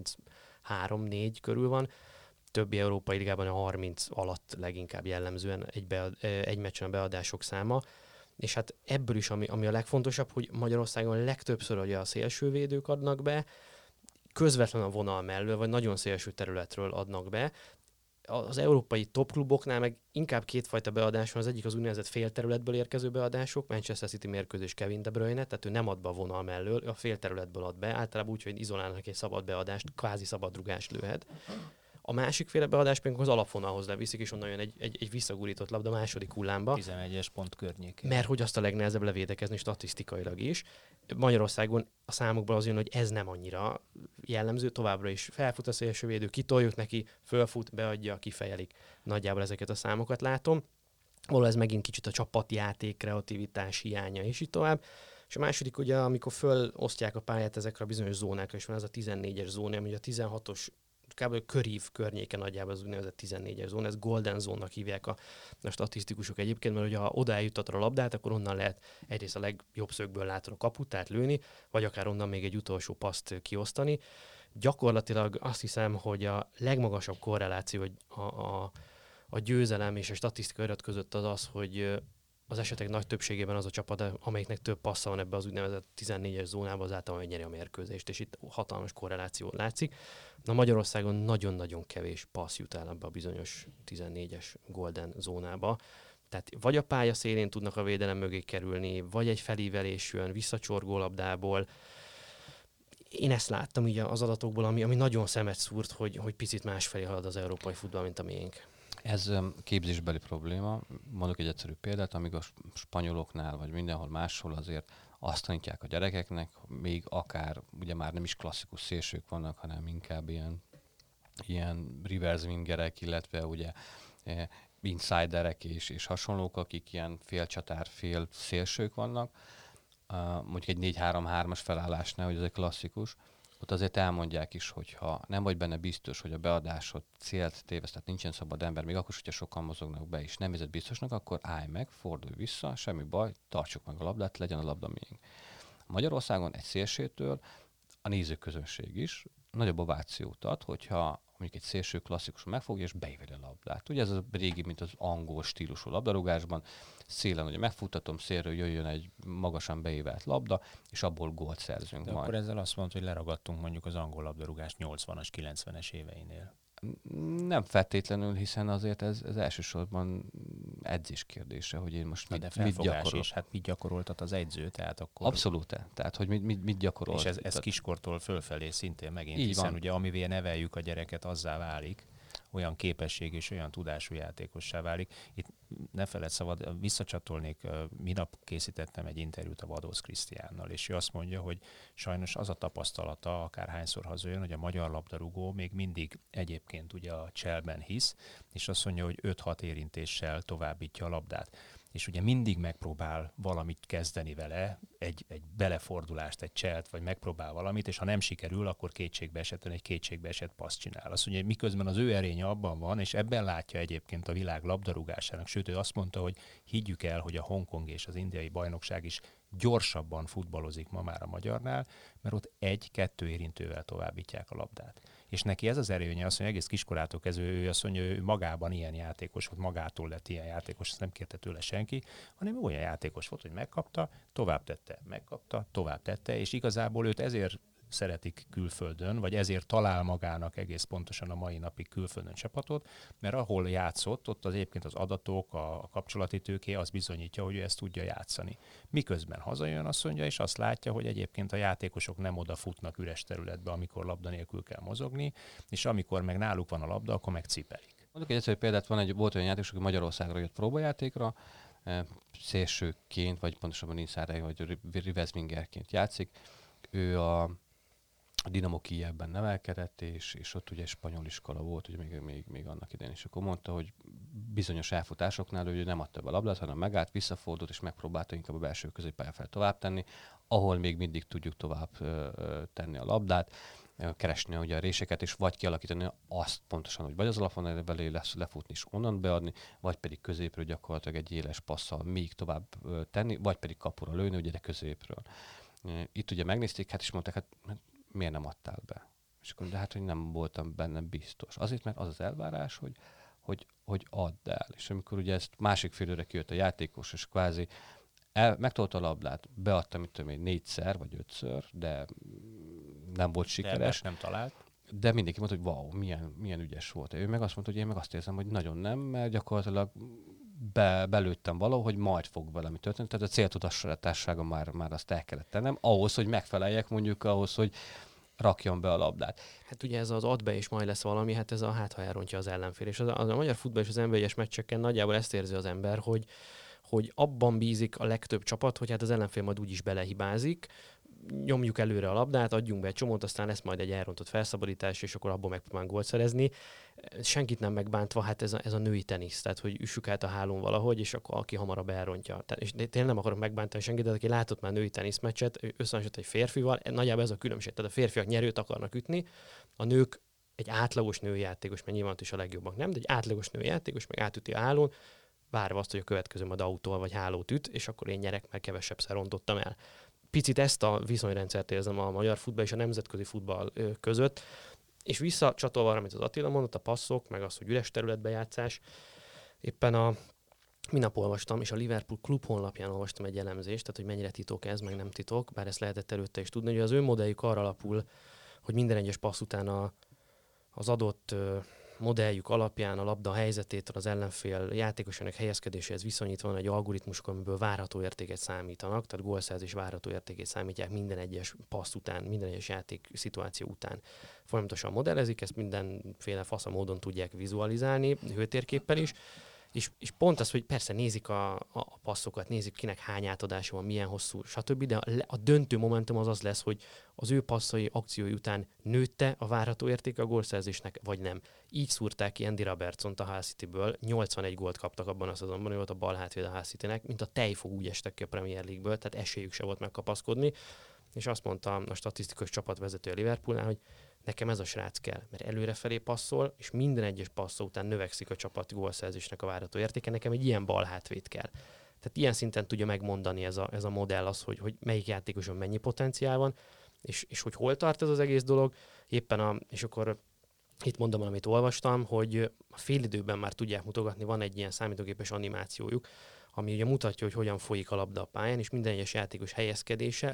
33-4 körül van. Többi európai ligában a 30 alatt leginkább jellemzően egy meccsen a beadások száma. És hát ebből is, ami a legfontosabb, hogy Magyarországon legtöbbször ugye a szélsővédők adnak be, közvetlenül a vonal mellől, vagy nagyon szélső területről adnak be. Az európai topkluboknál meg inkább kétfajta beadás van, az egyik az úgynevezett félterületből érkező beadások, Manchester City mérkőzés Kevin De Bruyne, tehát ő nem ad be a vonal mellől, a félterületből ad be, általában úgy, hogy izolálnak egy szabad beadást, kvázi szabadrugást lőhet. A másik féle beadás pedig az alapvonalhoz leviszik, és onnan jön egy visszagurított labda második hullámba. 11-es pont környékén. Mert hogy azt a legnehezebb levédekezni statisztikailag is. Magyarországon a számokból az jön, hogy ez nem annyira jellemző, továbbra is felfut a szélsővédő, kitoljuk neki, fölfut, beadja, kifejelik. Nagyjából ezeket a számokat látom. Valahol ez megint kicsit a csapatjáték, kreativitás hiánya, és így tovább. És a második ugye, amikor fölosztják a pályát ezekre a bizonyos zónákra, és van ez a 14-es zóna, ami a 16-os kb. Körív környéke nagyjából az úgynevezett 14-es zóna, ez golden zónnak hívják a statisztikusok egyébként, mert hogyha oda eljuttatod a labdát, akkor onnan lehet egyrészt a legjobb szögből látod a kaput, tehát lőni, vagy akár onnan még egy utolsó paszt kiosztani. Gyakorlatilag azt hiszem, hogy a legmagasabb korreláció a győzelem és a statisztikai adat között az, hogy az esetek nagy többségében az a csapat, amelyiknek több passza van ebbe az úgynevezett 14-es zónába, az általában megnyeri a mérkőzést, és itt hatalmas korreláció látszik. Na Magyarországon nagyon-nagyon kevés passz jut el ebbe a bizonyos 14-es golden zónába. Tehát vagy a pálya szélén tudnak a védelem mögé kerülni, vagy egy felívelés jön visszacsorgó labdából. Én ezt láttam ugye az adatokból, ami nagyon szemet szúrt, hogy picit másfelé halad az európai futball, mint a miénk. Ez képzésbeli probléma. Mondok egy egyszerű példát, amíg a spanyoloknál, vagy mindenhol máshol azért azt tanítják a gyerekeknek, még akár ugye már nem is klasszikus szélsők vannak, hanem inkább ilyen reverse wingerek, illetve ugye insiderek és hasonlók, akik ilyen félcsatár, fél szélsők vannak. Mondjuk egy 4-3-3-as felállásnál, hogy ez egy klasszikus, ott azért elmondják is, hogyha nem vagy benne biztos, hogy a beadásod célt téveszt, tehát nincsen szabad ember, még akkor, hogyha sokan mozognak be és nem érzed biztosnak, akkor állj meg, fordulj vissza, semmi baj, tartsuk meg a labdát, legyen a labda miénk. Magyarországon egy szélsőtől a nézőközönség is nagyobb ovációt ad, hogyha mondjuk egy szélső klasszikuson megfogja és beíveli a labdát. Ugye ez a régi, mint az angol stílusú labdarúgásban, szélen ugye megfuttatom, szélről jöjjön egy magasan beívelt labda, és abból gólt szerzünk. De majd. akkor ezzel azt mondod, hogy leragadtunk mondjuk az angol labdarúgás 80-as, 90-es éveinél. Nem feltétlenül, hiszen azért ez elsősorban edzés kérdése, hogy én most mit gyakorol. És hát mit gyakoroltat az edző, tehát akkor... Abszolút, tehát hogy mit gyakorol. És ez kiskortól fölfelé szintén megint, így hiszen van. ugye amivé neveljük a gyereket, azzá válik, olyan képesség és olyan tudású játékossá válik. Itt ne feledd szabad, visszacsatolnék, minap készítettem egy interjút a Vadósz Krisztiánnal, és ő azt mondja, hogy sajnos az a tapasztalata, akárhányszor hazajön, hogy a magyar labdarúgó még mindig egyébként ugye a cselben hisz, és azt mondja, hogy 5-6 érintéssel továbbítja a labdát. És ugye mindig megpróbál valamit kezdeni vele, egy belefordulást, egy cselt, vagy megpróbál valamit, és ha nem sikerül, akkor egy kétségbeesett paszt csinál. Azt mondja, hogy miközben az ő erénye abban van, és ebben látja egyébként a világ labdarúgásának, sőt, ő azt mondta, hogy higgyük el, hogy a Hongkong és az indiai bajnokság is gyorsabban futballozik ma már a magyarnál, mert ott 1-2 érintővel továbbítják a labdát. És neki ez az erőnye, azt mondja, egész kiskorától kezdve, ő azt mondja, ő magában ilyen játékos volt, magától lett ilyen játékos, ezt nem kérte tőle senki, hanem olyan játékos volt, hogy megkapta, tovább tette, és igazából őt ezért szeretik külföldön, vagy ezért talál magának egész pontosan a mai napig külföldön csapatot, mert ahol játszott, ott az egyébként az adatok, a kapcsolati tőké az bizonyítja, hogy ő ezt tudja játszani. Miközben hazajön, azt mondja, és azt látja, hogy egyébként a játékosok nem odafutnak üres területbe, amikor labda nélkül kell mozogni, és amikor meg náluk van a labda, akkor meg cipelik. Mondjuk egy egyszerű példát, volt olyan játékos, aki Magyarországra jött próbajátékra, szélsőként, vagy pontosabban insider, vagy reverse-wingerként játszik. Ő a Dinamo Kijevben nevelkedett, és ott ugye spanyol iskola volt, ugye még annak idején. És akkor mondta, hogy bizonyos elfutásoknál ő nem adta be a labdát, hanem megállt, visszafordult, és megpróbálta inkább a belső középpálya fel tovább tenni, ahol még mindig tudjuk tovább tenni a labdát, keresni ugye a réseket, és vagy kialakítani azt pontosan, hogy vagy az alapvonal belé lefutni és onnan beadni, vagy pedig középről gyakorlatilag egy éles passzal még tovább tenni, vagy pedig kapura lőni, ugye de középről. Itt ugye megnézték, és mondták, hát miért nem adtál be? És akkor, de hogy nem voltam benne biztos. Azért, mert az az elvárás, hogy add el. És amikor ugye ezt másik félőre kijött a játékos, és kvázi megtolta a labdát, beadta, mit tudom én, 4-szer vagy 5-ször, de nem volt sikeres. Nem talált. De mindenki mondta, hogy wow, milyen ügyes volt. Ő meg azt mondta, hogy én meg azt érzem, hogy nagyon nem, mert gyakorlatilag belőttem valahogy majd fog valami történni. Tehát a céltudatossága már azt el kellett tennem, ahhoz, hogy megfeleljek mondjuk ahhoz, hogy rakjon be a labdát. Hát ugye ez az add be és majd lesz valami, hát ez a ha elrontja az ellenfél. És a magyar futball és az NB1-es meccseken nagyjából ezt érzi az ember, hogy abban bízik a legtöbb csapat, hogy hát az ellenfél majd úgyis belehibázik, nyomjuk előre a labdát, adjunk be egy csomót, aztán lesz majd egy elrontott felszabadítás, és akkor abból megpróbálunk gólt szerezni. Senkit nem megbántva, hát ez a női tenisz, tehát hogy üssük át a hálón valahogy, és akkor aki hamarabb elrontja. És tényleg nem akarok megbántani senkit, de aki látott már női teniszmeccset, összehasonlított egy férfival, nagyjából ez a különbség. Tehát a férfiak nyerőt akarnak ütni, a nők egy átlagos női játékos, mert nyilván is a legjobbak nem, de egy átlagos női játékos meg átüti a hálón, várva azt, hogy a következő majd autól vagy hálót üt, és akkor én nyerek, mert kevesebbszer rontottam el. Picit ezt a viszonyrendszert érzem a magyar futball és a nemzetközi futball között, és visszacsatolva arra, amit az Attila mondott, a passzok, meg az, hogy üres területbejátszás. Éppen minap olvastam, és a Liverpool klub honlapján olvastam egy elemzést, tehát hogy mennyire titok ez, meg nem titok, bár ezt lehetett előtte is tudni, hogy az ő modelljük arra alapul, hogy minden egyes passz után az adott modelljük alapján a labda helyzetétől az ellenfél játékosának helyezkedéséhez viszonyítva van egy algoritmusok, amiből várható értéket számítanak, tehát gólszerzés várható értékét számítják minden egyes passz után, minden egyes játék szituáció után. Folyamatosan modellezik, ezt mindenféle fasza módon tudják vizualizálni, hőtérképpel is, és pont az, hogy persze nézik a passzokat, nézik kinek hány átadása van, milyen hosszú, stb., de a döntő momentum az lesz, hogy az ő passzai, akciói után nőtte a várható értéke a gólszerzésnek, vagy nem. Így szúrták ki Andy Robertsont a Hull Cityből, 81 gólt kaptak abban a szezonban, ő volt a bal hátvéd a Hull Citynek, mint a tejfog úgy estek ki a Premier League-ből, tehát esélyük se volt megkapaszkodni, és azt mondta a statisztikai csapatvezető a Liverpoolnál, hogy nekem ez a srác kell, mert előrefelé passzol, és minden egyes passzó után növekszik a csapat gólszerzésnek a várható értéke, nekem egy ilyen bal hátvéd kell. Tehát ilyen szinten tudja megmondani ez a modell az, hogy melyik játékoson mennyi potenciál van, és hogy hol tart ez az egész dolog. És akkor itt mondom, amit olvastam, hogy a félidőben már tudják mutogatni, van egy ilyen számítógépes animációjuk, ami ugye mutatja, hogy hogyan folyik a labda a pályán, és minden egyes játékos helyezkedése,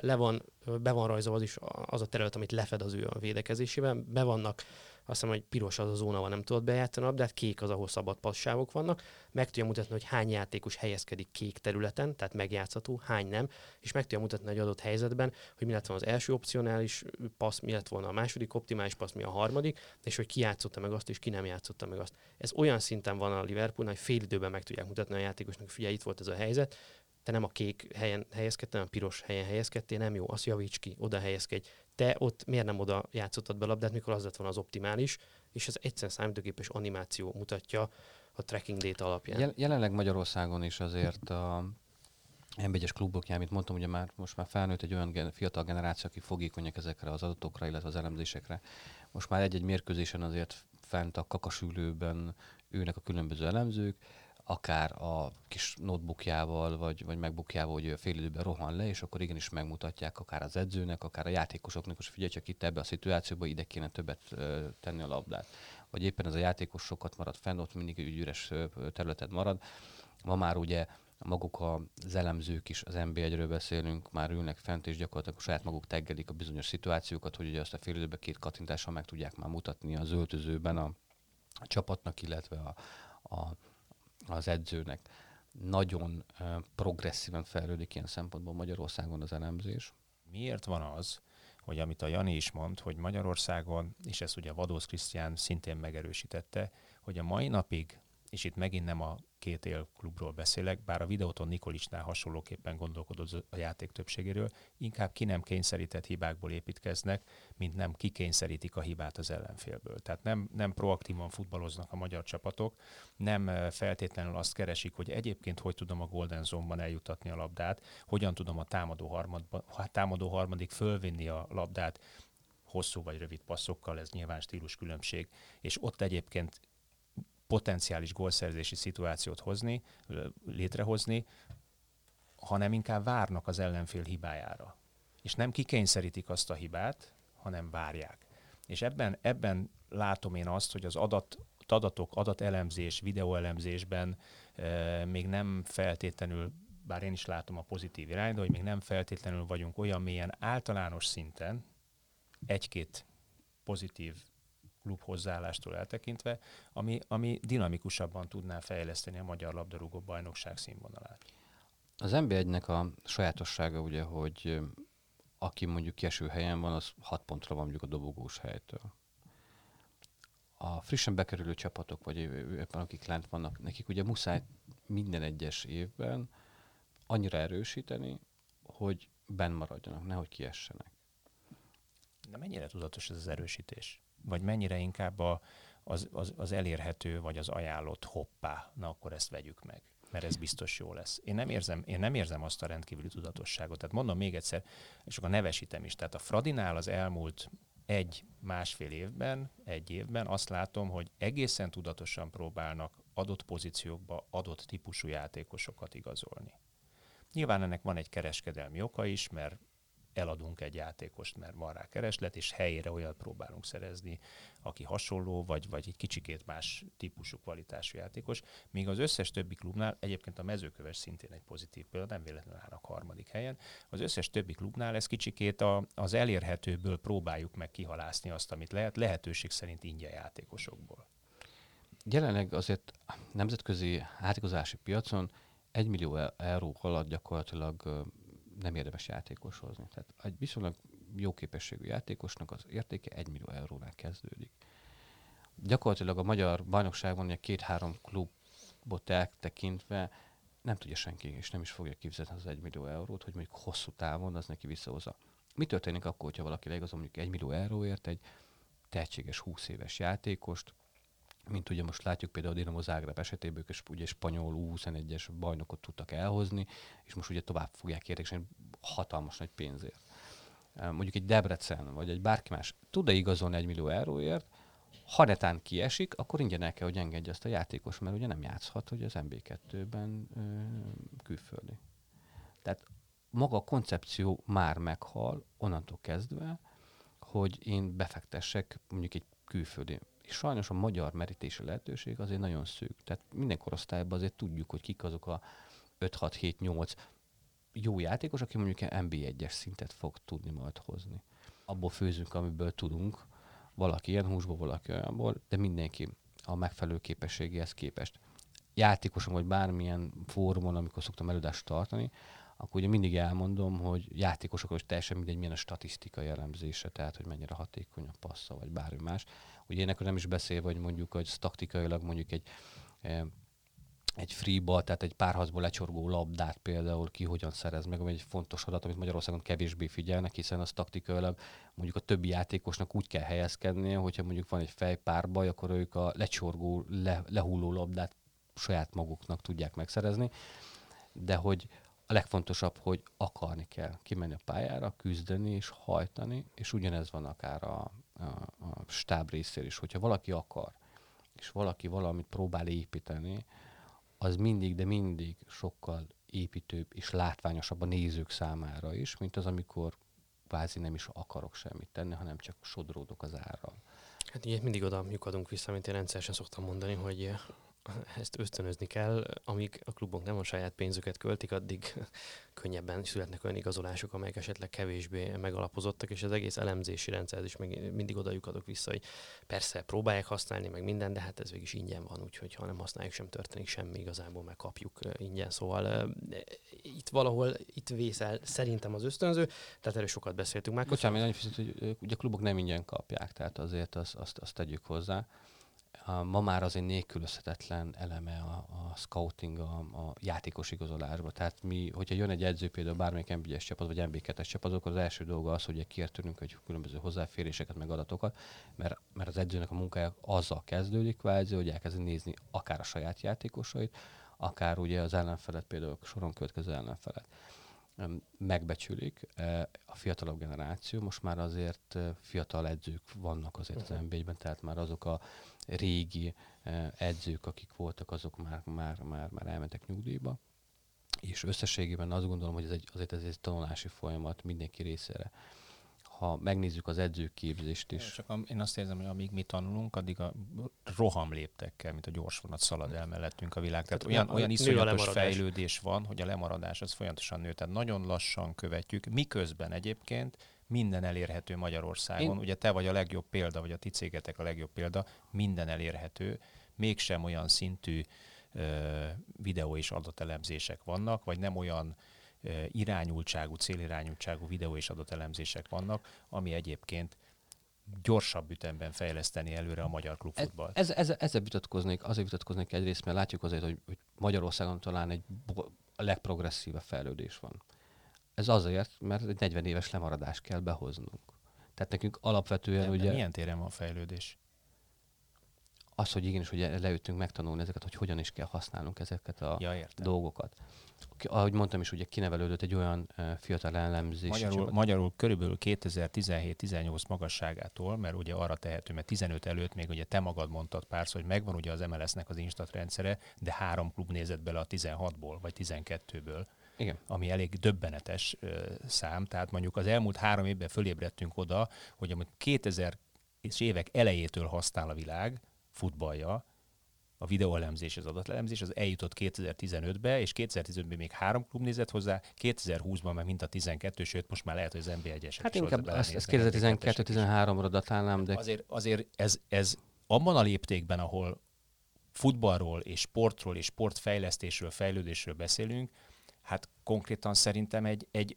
be van rajzolva az a terület, amit lefed az ő a védekezésében, be vannak, azt hiszem, hogy piros az a zóna, ahol nem tudod bejátszani a labdát, kék az, ahol szabad passzsávok vannak, meg tudja mutatni, hogy hány játékos helyezkedik kék területen, tehát megjátszható, hány nem, és meg tudja mutatni egy adott helyzetben, hogy mi lett volna az első opcionális passz, mi lett volna a második optimális passz, mi a harmadik, és hogy ki játszotta meg azt, és ki nem játszotta meg azt. Ez olyan szinten van a Liverpoolnál, hogy fél időben meg tudják mutatni a játékosnak, hogy figyelj, itt volt ez a helyzet, te nem a kék helyen helyezkedtél, hanem a piros helyen helyezkedtél, nem jó, azt javíts ki, oda helyezkedj. Te ott miért nem oda játszottad be a labdát, mikor az lett volna az optimális, és ez egyszerűen számítógépes animáció mutatja a tracking data alapján. Jelenleg Magyarországon is azért a NB1-es klubok, amit mondtam, ugye most már felnőtt egy olyan fiatal generáció, aki fogékonyak ezekre az adatokra, illetve az elemzésekre. Most már egy-egy mérkőzésen azért fent a kakasülőben ülnek a különböző elemzők, akár a kis notebookjával, vagy MacBookjával, hogy fél időben rohan le, és akkor igenis megmutatják akár az edzőnek, akár a játékosoknak, hogy figyelj csak itt ebbe a szituációba, ide kéne többet tenni a labdát. Vagy éppen ez a játékos sokat marad fenn, ott mindig egy üres területet marad. Ma már ugye maguk az elemzők is, az NB1-ről beszélünk, már ülnek fent, és gyakorlatilag saját maguk teggelik a bizonyos szituációkat, hogy ugye azt a fél időben 2 kattintással meg tudják már mutatni az öltözőben a csapatnak, illetve az edzőnek. Nagyon progresszíven fejlődik ilyen szempontból Magyarországon az elemzés. Miért van az, hogy amit a Jani is mond, hogy Magyarországon, és ezt ugye Vadósz Krisztián szintén megerősítette, hogy a mai napig, és itt megint nem a Két Él klubról beszélek, bár a Videóton Nikolicsnál hasonlóképpen gondolkodott a játék többségéről, inkább ki nem kényszerített hibákból építkeznek, mint nem kikényszerítik a hibát az ellenfélből. Tehát nem proaktívan futballoznak a magyar csapatok, nem feltétlenül azt keresik, hogy egyébként hogy tudom a Golden Zone-ban eljutatni a labdát, hogyan tudom a támadó harmadig fölvinni a labdát hosszú vagy rövid passzokkal, ez nyilván stíluskülönbség, és ott egyébként potenciális gólszerzési szituációt létrehozni, hanem inkább várnak az ellenfél hibájára. És nem kikényszerítik azt a hibát, hanem várják. És ebben látom én azt, hogy az adatok, adatelemzés, videóelemzésben még nem feltétlenül, bár én is látom a pozitív irányt, de hogy még nem feltétlenül vagyunk olyan mélyen általános szinten, 1-2 pozitív klub hozzáállástól eltekintve, ami dinamikusabban tudná fejleszteni a magyar labdarúgó bajnokság színvonalát. Az NB1-nek a sajátossága ugye, hogy aki mondjuk kieső helyen van, az 6 pontra van mondjuk a dobogós helytől. A frissen bekerülő csapatok, vagy éppen akik lent vannak, nekik ugye muszáj minden egyes évben annyira erősíteni, hogy benn maradjanak, nehogy kiessenek. De mennyire tudatos ez az erősítés? Vagy mennyire inkább az elérhető, vagy az ajánlott hoppá, na akkor ezt vegyük meg, mert ez biztos jó lesz. Én nem érzem azt a rendkívüli tudatosságot. Tehát mondom még egyszer, és akkor nevesítem is. Tehát a Fradinál az elmúlt 1-1,5 évben azt látom, hogy egészen tudatosan próbálnak adott pozíciókba adott típusú játékosokat igazolni. Nyilván ennek van egy kereskedelmi oka is, mert eladunk egy játékost, mert van rá kereslet, és helyére olyat próbálunk szerezni, aki hasonló, vagy egy kicsikét más típusú kvalitású játékos. Míg az összes többi klubnál, egyébként a Mezőköves szintén egy pozitív példa, nem véletlenül állnak 3. helyen, az összes többi klubnál ez kicsikét az elérhetőből próbáljuk meg kihalászni azt, amit lehet, lehetőség szerint ingyen játékosokból. Jelenleg azért nemzetközi átigazolási piacon 1 millió euró alatt gyakorlatilag nem érdemes játékos hozni. Tehát egy viszonylag jó képességű játékosnak az értéke 1 millió eurónál kezdődik. Gyakorlatilag a magyar bajnokságban 2-3 klubot eltekintve nem tudja senki, és nem is fogja kifizetni az 1 millió eurót, hogy mondjuk hosszú távon az neki visszahozza. Mi történik akkor, hogyha valaki leigazol mondjuk 1 millió euróért egy tehetséges 20 éves játékost, mint ugye most látjuk például a Dinamo Zágráb esetében, és ugye spanyol U21-es bajnokot tudtak elhozni, és most ugye tovább fogják értékesíteni hatalmas nagy pénzért. Mondjuk egy Debrecen, vagy egy bárki más tud-e igazolni 1 millió euróért, ha netán kiesik, akkor ingyen el kell, hogy engedje azt a játékos, mert ugye nem játszhat, hogy az MB2-ben külföldi. Tehát maga a koncepció már meghal onnantól kezdve, hogy én befektessek mondjuk egy külföldi. És sajnos a magyar merítési lehetőség azért nagyon szűk. Tehát minden korosztályban azért tudjuk, hogy kik azok a 5-6-7-8 jó játékos, aki mondjuk NB1-es szintet fog tudni majd hozni. Abból főzünk, amiből tudunk. Valaki ilyen húsból, valaki olyanból, de mindenki a megfelelő képességéhez képest. Játékoson vagy bármilyen fórumon, amikor szoktam előadást tartani, akkor ugye mindig elmondom, hogy játékosokról is teljesen mindegy, milyen a statisztikai elemzése, tehát hogy mennyire hatékony a passza, vagy bármi más. Ugye énekről nem is beszélve, hogy mondjuk, hogy taktikailag mondjuk egy free ball, tehát egy párharcból lecsorgó labdát például ki hogyan szerez meg, ami egy fontos adat, amit Magyarországon kevésbé figyelnek, hiszen az taktikailag mondjuk a többi játékosnak úgy kell helyezkednie, hogyha mondjuk van egy fejpárbaj, akkor ők a lecsorgó, lehulló labdát saját maguknak tudják megszerezni, de hogy a legfontosabb, hogy akarni kell kimenni a pályára, küzdeni és hajtani, és ugyanez van akár a stáb részéről is. Hogyha valaki akar, és valaki valamit próbál építeni, az mindig, de mindig sokkal építőbb és látványosabb a nézők számára is, mint az, amikor kvázi nem is akarok semmit tenni, hanem csak sodródok az árral. Hát így mindig oda lyukadunk vissza, mint én rendszeresen szoktam mondani, hogy ezt ösztönözni kell, amíg a klubok nem a saját pénzüket költik, addig könnyebben születnek olyan igazolások, amelyek esetleg kevésbé megalapozottak, és az egész elemzési rendszer is mindig oda lyukadok vissza, hogy persze próbálják használni meg minden, de hát ez végig is ingyen van, úgyhogy ha nem használjuk, sem történik semmi, igazából megkapjuk ingyen. Szóval itt valahol vészel szerintem az ösztönző, tehát erről sokat beszéltünk már. Bocsánat, még annyit, hogy ugye a klubok nem ingyen kapják, tehát azért azt tegyük hozzá. Ma már azért nélkülözhetetlen eleme a scouting a játékos igazolásba. Tehát mi, hogyha jön egy edző például bármelyik NB1-es csapat, vagy NB2-es csapat, akkor az első dolga az, hogy kértünk hogy különböző hozzáféréseket, meg adatokat, mert az edzőnek a munkája azzal kezdődik kvázi, hogy elkezdi nézni akár a saját játékosait, akár ugye az ellenfelet, például a soron következő ellenfelet. Megbecsülik a fiatalabb generáció, most már azért fiatal edzők vannak azért az NB1-ben, tehát már azok a régi edzők, akik voltak, azok már elmentek nyugdíjba, és összességében azt gondolom, hogy ez egy tanulási folyamat mindenki részére. Ha megnézzük az edzőképzést is. Csak én azt érzem, hogy amíg mi tanulunk, addig a rohamléptekkel, mint a gyorsvonat szalad el mellettünk a világ. Tehát olyan iszonyatos fejlődés van, hogy a lemaradás az folyamatosan nő. Tehát nagyon lassan követjük, miközben egyébként minden elérhető Magyarországon. Ugye te vagy a legjobb példa, vagy a ti cégetek a legjobb példa, minden elérhető, mégsem olyan szintű videó és adatelemzések vannak, vagy nem olyan célirányultságú videó és adatelemzések vannak, ami egyébként gyorsabb ütemben fejleszteni előre a magyar klubfutballt. Ezzel vitatkoznék egyrészt, mert látjuk azért, hogy Magyarországon talán a legprogresszívebb fejlődés van. Ez azért, mert egy 40 éves lemaradást kell behoznunk. Tehát nekünk alapvetően ugye... Milyen téren van a fejlődés? Az, hogy igenis, hogy leütünk megtanulni ezeket, hogy hogyan is kell használnunk ezeket a dolgokat. Ahogy mondtam is, ugye kinevelődött egy olyan fiatal elemzés. Magyarul körülbelül 2017-18 magasságától, mert ugye arra tehető, mert 15 előtt még ugye te magad mondtad párszor, hogy megvan ugye az MLS-nek az Instat rendszere, de 3 klub nézett bele a 16-ból, vagy 12-ből. Igen. Ami elég döbbenetes szám. Tehát mondjuk az elmúlt 3 évben fölébredtünk oda, hogy amit 2000-es évek elejétől használ a világ futballja, a videóelemzés, az adatelemzés, az eljutott 2015-be, és 2015-ben még 3 klub nézett hozzá, 2020-ban már mint a 12, sőt most már lehet, hogy az NB1-esek hát inkább ezt 2012-13-ra datálnám, de... Azért ez abban a léptékben, ahol futballról és sportról és sportfejlesztésről, fejlődésről beszélünk, hát konkrétan szerintem egy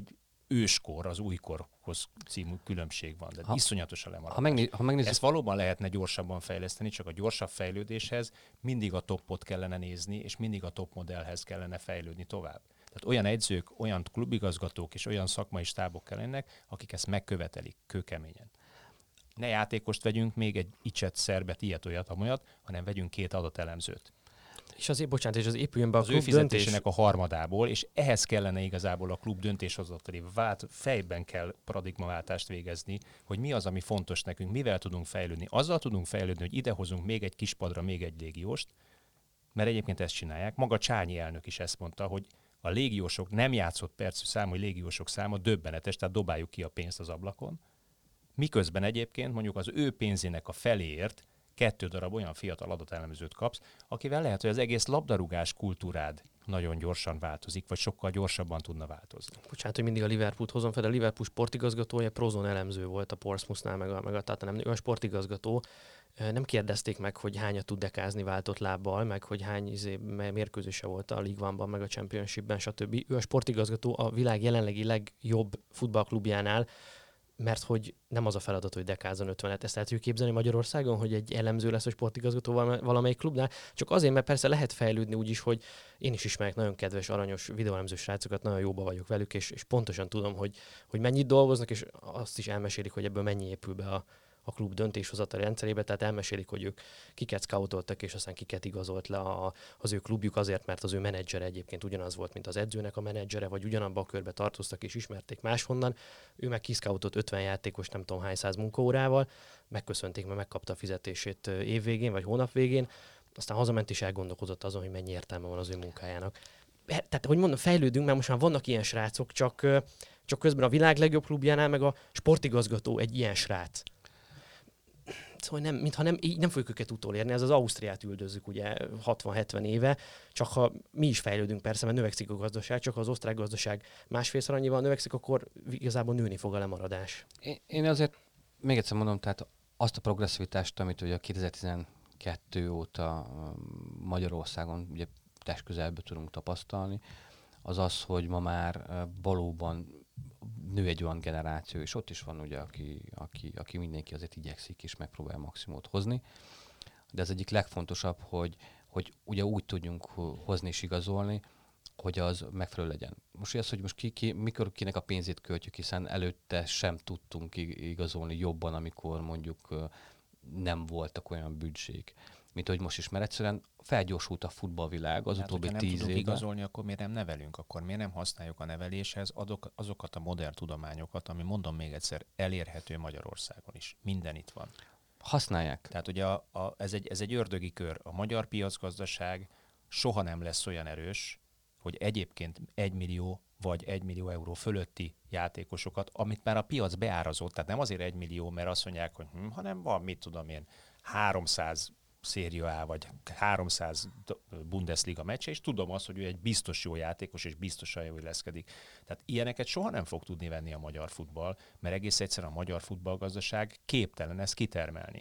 őskor, az újkorhoz című különbség van, de iszonyatos a lemaradás. Ezt valóban lehetne gyorsabban fejleszteni, csak a gyorsabb fejlődéshez mindig a toppot kellene nézni, és mindig a top modellhez kellene fejlődni tovább. Tehát olyan edzők, olyan klubigazgatók és olyan szakmai stábok kellenek, akik ezt megkövetelik kőkeményen. Ne játékost vegyünk, még egy icset, szerbet, ilyet-olyat, amolyat, hanem vegyünk 2 adatelemzőt. És az épüljön be a klub ő fizetésének a harmadából, és ehhez kellene igazából a klub döntéshozatali fejben kell paradigmaváltást végezni, hogy mi az, ami fontos nekünk, mivel tudunk fejlődni. Azzal tudunk fejlődni, hogy idehozunk még egy kispadra még egy légióst, mert egyébként ezt csinálják. Maga Csányi elnök is ezt mondta, hogy a légiósok nem játszott percű számú légiósok száma döbbenetes, tehát dobáljuk ki a pénzt az ablakon. Miközben egyébként mondjuk az ő pénzének a feléért 2 darab olyan fiatal adatelemzőt kapsz, akivel lehet, hogy az egész labdarúgás kultúrád nagyon gyorsan változik, vagy sokkal gyorsabban tudna változni. Bocsánat, hogy mindig a Liverpoolt hozom fel, a Liverpool sportigazgatója Prozon elemző volt a Portsmouthnál, meg a Tottenham, a sportigazgató. Nem kérdezték meg, hogy hányat tud dekázni váltott lábbal, meg hogy hány mérkőzése volt a League One-ban, meg a Championship-ben, stb. Ő a sportigazgató a világ jelenlegi legjobb futballklubjánál, mert hogy nem az a feladat, hogy dekázzon 50-et. Ezt el tudjuk képzelni Magyarországon, hogy egy elemző lesz a sportigazgató valamelyik klubnál. Csak azért, mert persze lehet fejlődni úgy is, hogy én is ismerek nagyon kedves, aranyos videóelemző srácokat, nagyon jóba vagyok velük, és pontosan tudom, hogy mennyit dolgoznak, és azt is elmesélik, hogy ebből mennyi épül be a klub döntéshozatali rendszerébe, tehát elmesélik, hogy ők kiket scoutoltak, és aztán kiket igazolt le az ő klubjuk azért, mert az ő menedzsere egyébként ugyanaz volt, mint az edzőnek a menedzsere, vagy ugyanabba a körbe tartoztak és ismerték máshonnan. Ő meg kiszcoutolt 50 játékos, nem tudom hány száz munkaórával, megköszönték, mert megkapta a fizetését évvégén vagy hónap végén, aztán hazament és elgondolkozott azon, hogy mennyi értelme van az ő munkájának. Tehát, hogy mondom, fejlődünk, mert most már vannak ilyen srácok, csak csak közben a világ legjobb klubjánál meg a sportigazgató egy ilyen srác. mintha nem, így nem fogjuk őket utolérni. Ez az Ausztriát üldözzük ugye 60-70 éve, csak ha mi is fejlődünk persze, mert növekszik a gazdaság, csak ha az osztrák gazdaság másfélszer annyival növekszik, akkor igazából nőni fog a lemaradás. Én azért még egyszer mondom, tehát azt a progresszivitást, amit ugye a 2012 óta Magyarországon ugye testközelből tudunk tapasztalni, az az, hogy ma már valóban nő egy olyan generáció, és ott is van ugye, aki mindenki azért igyekszik és megpróbál maximumot hozni. De az egyik legfontosabb, hogy ugye úgy tudjunk hozni és igazolni, hogy az megfelelő legyen. Most az, hogy most mikor kinek a pénzét költjük, hiszen előtte sem tudtunk igazolni jobban, amikor mondjuk nem voltak olyan büdzsék, mint hogy most is, mert egyszerűen felgyorsult a futballvilág az utóbbi 10 évben. Nem tudunk igazolni, akkor miért nem nevelünk? Akkor miért nem használjuk a neveléshez azokat a modern tudományokat, ami, mondom még egyszer, elérhető Magyarországon is. Minden itt van. Használják. Tehát ugye ez egy ördögi kör. A magyar piacgazdaság soha nem lesz olyan erős, hogy egyébként 1 millió vagy 1 millió euró fölötti játékosokat, amit már a piac beárazott, tehát nem azért 1 millió, mert azt mondják, hogy hanem van, mit tudom én, 300 Serie A vagy 300 Bundesliga meccse, és tudom azt, hogy ő egy biztos jó játékos, és biztosan jól illeszkedik. Tehát ilyeneket soha nem fog tudni venni a magyar futball, mert egész egyszerűen a magyar futballgazdaság képtelen ezt kitermelni.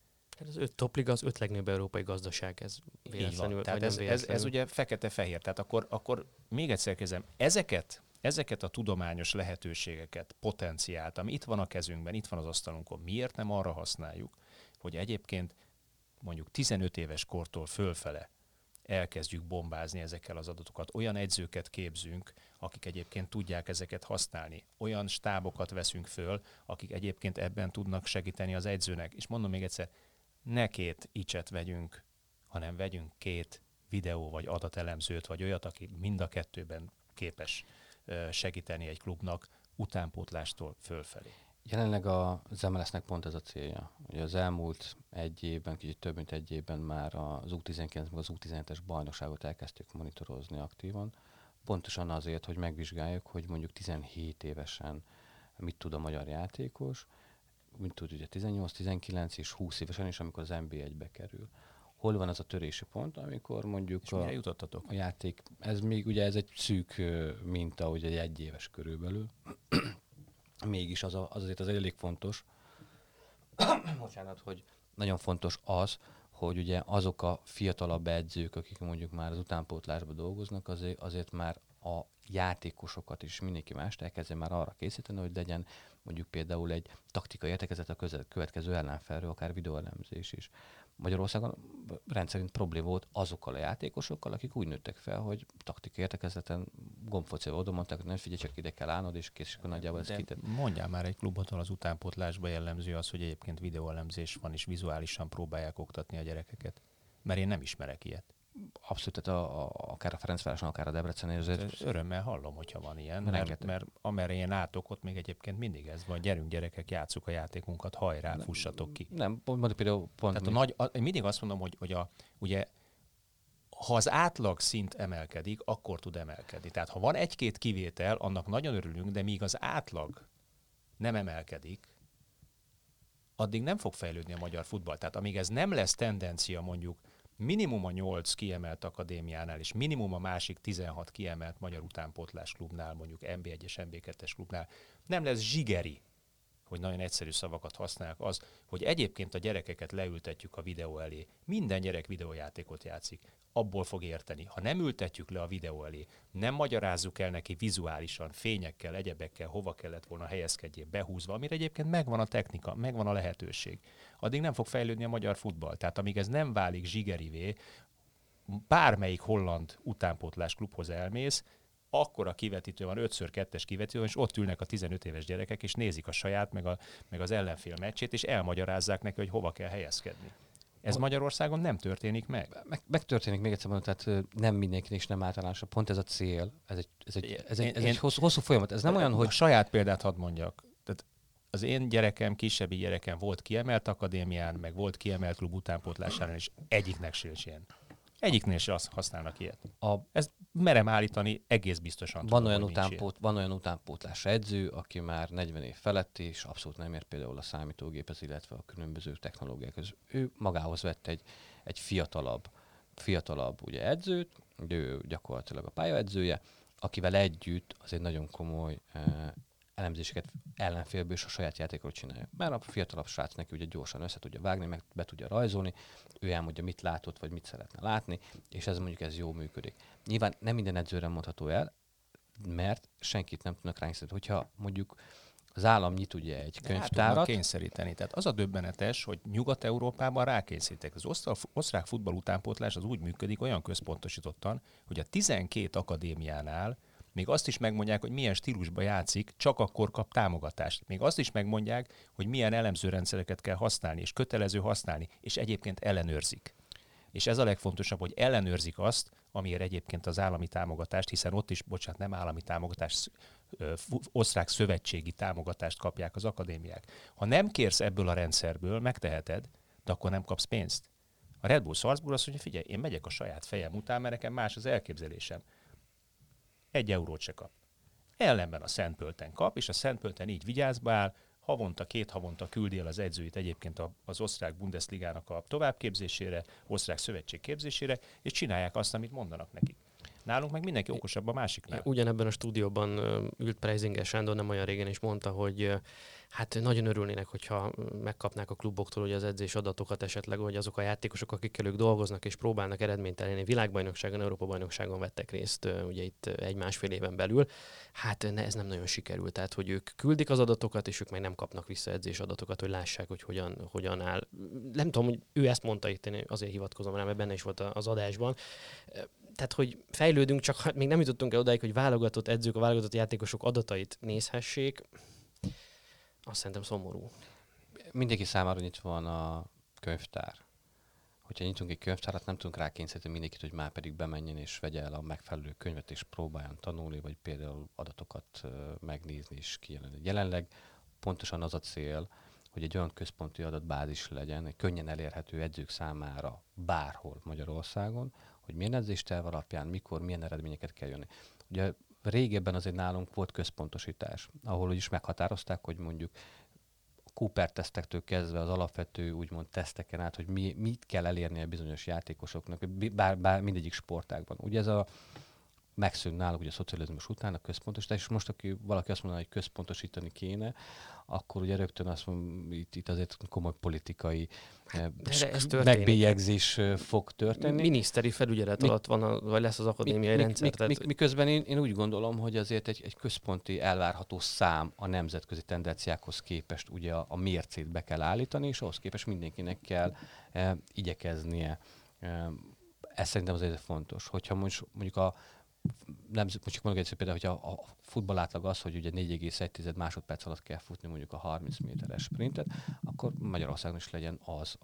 Az 5 topliga az 5 legnagyobb európai gazdaság, ez véletlenül. Tehát ez ugye fekete-fehér. Tehát akkor még egyszer kezdem, ezeket a tudományos lehetőségeket, potenciált, ami itt van a kezünkben, itt van az asztalunkon, miért nem arra használjuk, hogy egyébként mondjuk 15 éves kortól fölfele elkezdjük bombázni ezekkel az adatokat. Olyan edzőket képzünk, akik egyébként tudják ezeket használni. Olyan stábokat veszünk föl, akik egyébként ebben tudnak segíteni az edzőnek. És mondom még egyszer, ne 2 icset vegyünk, hanem vegyünk 2 videó vagy adatelemzőt, vagy olyat, aki mind a kettőben képes segíteni egy klubnak utánpótlástól fölfelé. Jelenleg az MLS-nek pont ez a célja. Ugye az elmúlt 1 évben, kicsit több mint 1 évben már az U19 meg az U17-es bajnokságot elkezdtük monitorozni aktívan. Pontosan azért, hogy megvizsgáljuk, hogy mondjuk 17 évesen mit tud a magyar játékos, mit tud ugye 18, 19 és 20 évesen is, amikor az NB1-be kerül. Hol van az a törési pont, amikor mondjuk és mire jutottatok? A játék, ez még ugye ez egy szűk minta, ugye egy 1 éves körülbelül. Mégis az azért az elég fontos, bocsánat, hogy nagyon fontos az, hogy ugye azok a fiatalabb edzők, akik mondjuk már az utánpótlásban dolgoznak, azért már a játékosokat is mindenki mást elkezdje már arra készíteni, hogy legyen mondjuk például egy taktikai értekezet a következő ellenfelről, akár videóelemzés is. Magyarországon rendszerint probléma volt azokkal a játékosokkal, akik úgy nőttek fel, hogy taktikai értekezleten gombfocival oda mondták, hogy nem figyelj, csak ide kell állnod, és kész, akkor nagyjából ez kitett. Mondjál már egy klubot, az utánpótlásban jellemző az, hogy egyébként videóelemzés van, és vizuálisan próbálják oktatni a gyerekeket. Mert én nem ismerek ilyet. Abszolút, tehát akár a Ferencvároson, akár a Debrecennél. Örömmel hallom, hogyha van ilyen, mert amerre én látok, ott még egyébként mindig ez van. Gyerünk gyerekek, játsszuk a játékunkat, hajrá, fussatok ki. Nem, például pont. Tehát mindig azt mondom, hogy ugye, ha az átlag szint emelkedik, akkor tud emelkedni. Tehát ha van 1-2 kivétel, annak nagyon örülünk, de míg az átlag nem emelkedik, addig nem fog fejlődni a magyar futball. Tehát amíg ez nem lesz tendencia mondjuk minimum a 8 kiemelt akadémiánál, és minimum a másik 16 kiemelt magyar utánpótlás klubnál, mondjuk NB1-es, NB2-es klubnál, nem lesz zsigeri, hogy nagyon egyszerű szavakat használják, az, hogy egyébként a gyerekeket leültetjük a videó elé. Minden gyerek videójátékot játszik, abból fog érteni. Ha nem ültetjük le a videó elé, nem magyarázzuk el neki vizuálisan, fényekkel, egyebekkel, hova kellett volna helyezkedjél behúzva, amire egyébként megvan a technika, megvan a lehetőség, addig nem fog fejlődni a magyar futball. Tehát amíg ez nem válik zsigerivé, bármelyik holland utánpótlás klubhoz elmész, akkor a kivetítő van, 5x2-es kivetítő van, és ott ülnek a 15 éves gyerekek, és nézik a saját, meg az ellenfél meccsét, és elmagyarázzák neki, hogy hova kell helyezkedni. Ez Magyarországon nem történik meg. Megtörténik, még egyszer mondom, tehát nem mindenkinek is nem általános. Pont ez a cél, ez egy hosszú folyamat. Ez nem olyan, hogy... A saját példát hadd mondjak. Tehát az én gyerekem, kisebbi gyerekem volt kiemelt akadémián, meg volt kiemelt klub utánpótlásánál, és egyiknek sincs ilyen. Egyiknél se azt használnak ilyet. Ez merem állítani, egész biztosan van olyan utánpótlás edző, aki már 40 év feletti, és abszolút nem ért például a számítógéphez, illetve a különböző technológiákhoz. Ő magához vett egy fiatalabb ugye edzőt, ugye ő gyakorlatilag a pályaedzője, akivel együtt azért nagyon komoly elemzéseket ellenfélből és a saját játékról csinálja. Mert a fiatalabb srác neki ugye gyorsan össze tudja vágni, meg be tudja rajzolni, ő elmondja, mit látott, vagy mit szeretne látni, és ez jól működik. Nyilván nem minden edzőre mondható el, mert senkit nem tudnak rányszeríteni. Hogyha mondjuk az állam nyit ugye egy könyvtárat. Kényszeríteni. Tehát az a döbbenetes, hogy Nyugat-Európában rákényszerítek. Az osztrák futball utánpótlás az úgy működik, olyan központosítottan, hogy a 12 akadémiánál még azt is megmondják, hogy milyen stílusba játszik, csak akkor kap támogatást. Még azt is megmondják, hogy milyen elemzőrendszereket kell használni, és kötelező használni, és egyébként ellenőrzik. És ez a legfontosabb, hogy ellenőrzik azt, amiért egyébként az állami támogatást, hiszen ott is, nem állami támogatást, osztrák szövetségi támogatást kapják az akadémiák. Ha nem kérsz ebből a rendszerből, megteheted, de akkor nem kapsz pénzt. A Red Bull Salzburg azt mondja, figyelj, én megyek a saját fejem után, mert nekem más az elképzelésem. 1 eurót se kap. Ellenben a Szentpölten kap, és a Szentpölten így vigyázba áll, két havonta küldi el az edzőit egyébként az osztrák Bundesligának a továbbképzésére, osztrák szövetség képzésére, és csinálják azt, amit mondanak nekik. Nálunk meg mindenki okosabb a másiknál. Ugyanebben a stúdióban ült Preisinger Sándor nem olyan régen is mondta, hogy hát nagyon örülnének, hogyha megkapnák a kluboktól ugye az edzés adatokat esetleg, hogy azok a játékosok, akikkel ők dolgoznak és próbálnak eredményt elérni, világbajnokságon, Európa-bajnokságon vettek részt ugye itt 1-1,5 éven belül. Hát ez nem nagyon sikerült, tehát hogy ők küldik az adatokat, és ők meg nem kapnak vissza edzés adatokat, hogy lássák, hogy hogyan áll. Nem tudom, hogy ő ezt mondta itt, én azért hivatkozom rá, mert benne is volt az adásban. Tehát, hogy fejlődünk, csak még nem jutottunk el odáig, hogy válogatott edzők, a válogatott játékosok adatait nézhessék. Azt szerintem szomorú. Mindenki számára nyitva van a könyvtár. Hogyha nyitunk egy könyvtárat, nem tudunk rákényszeríteni mindenkit, hogy már pedig bemenjen és vegye el a megfelelő könyvet, és próbáljon tanulni, vagy például adatokat megnézni és kijelölni. Jelenleg pontosan az a cél, hogy egy olyan központi adatbázis legyen, egy könnyen elérhető edzők számára bárhol Magyarországon, hogy milyen edzésterv alapján, mikor, milyen eredményeket kell jönni. Ugye régebben azért nálunk volt központosítás, ahol is meghatározták, hogy mondjuk Cooper tesztektől kezdve az alapvető úgymond teszteken át, hogy mit kell elérni a bizonyos játékosoknak, bár mindegyik sportágban. Ugye ez a megszűnt náluk ugye a szocializmus után a központosítás, és most valaki azt mondaná, hogy központosítani kéne, akkor ugye rögtön azt mondom, itt azért komoly politikai megbélyegzés fog történni. Miniszteri felügyelet alatt van, vagy lesz az akadémiai rendszer. Miközben én úgy gondolom, hogy azért egy központi elvárható szám a nemzetközi tendenciákhoz képest ugye a mércét be kell állítani, és ahhoz képest mindenkinek kell igyekeznie. Ez szerintem azért fontos. Hogyha mondjuk most mondjuk például, hogy a futball átlag az, hogy ugye 4,1 másodperc alatt kell futni mondjuk a 30 méteres sprintet, akkor Magyarországon is legyen az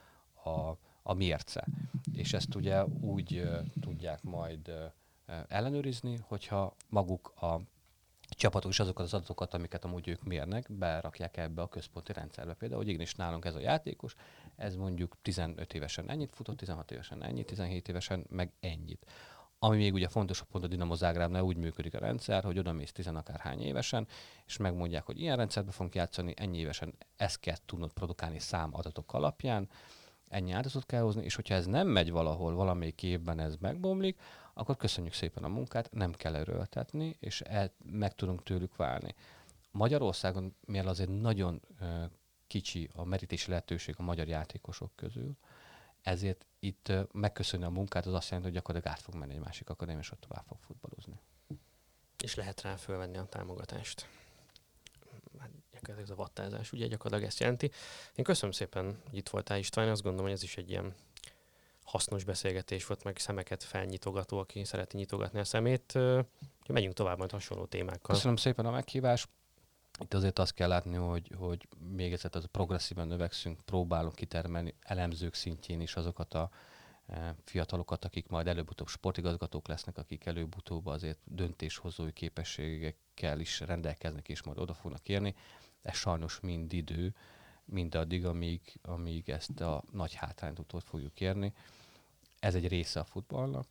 a mérce. És ezt ugye úgy tudják majd ellenőrizni, hogyha maguk a csapatok is azokat az adatokat, amiket amúgy ők mérnek, berakják ebbe a központi rendszerbe. Például, hogy igenis nálunk ez a játékos, ez mondjuk 15 évesen ennyit futott, 16 évesen ennyit, 17 évesen meg ennyit. Ami még ugye fontos, pont a Dinamo Zágrábnál úgy működik a rendszer, hogy oda mész 10 akárhány évesen, és megmondják, hogy ilyen rendszerbe fogunk játszani, ennyi évesen ezt kell tudnod produkálni számadatok alapján, ennyi áldozatot kell hozni, és hogyha ez nem megy valahol, valamelyik évben ez megbomlik, akkor köszönjük szépen a munkát, nem kell erőltetni, és meg tudunk tőlük válni. Magyarországon, mivel azért nagyon kicsi a merítési lehetőség a magyar játékosok közül, ezért itt megköszönni a munkát, az azt jelenti, hogy gyakorlatilag át fog menni egy másik akadémia, és ott tovább fog futballozni. És lehet rá fölvenni a támogatást. Hát gyakorlatilag ez a vattázás, ugye gyakorlatilag ezt jelenti. Én köszönöm szépen, hogy itt voltál, István, azt gondolom, hogy ez is egy ilyen hasznos beszélgetés volt, meg szemeket felnyitogató, aki szereti nyitogatni a szemét. Megyünk tovább majd hasonló témákkal. Köszönöm szépen a meghívást. Itt azért azt kell látni, hogy még egyszer az progresszíven növekszünk, próbálunk kitermelni elemzők szintjén is azokat a fiatalokat, akik majd előbb-utóbb sportigazgatók lesznek, akik előbb-utóbb azért döntéshozói képességekkel is rendelkeznek, és majd oda fognak érni. Ez sajnos mind idő, mindaddig, amíg ezt a nagy hátrányt utól fogjuk érni. Ez egy része a futballnak.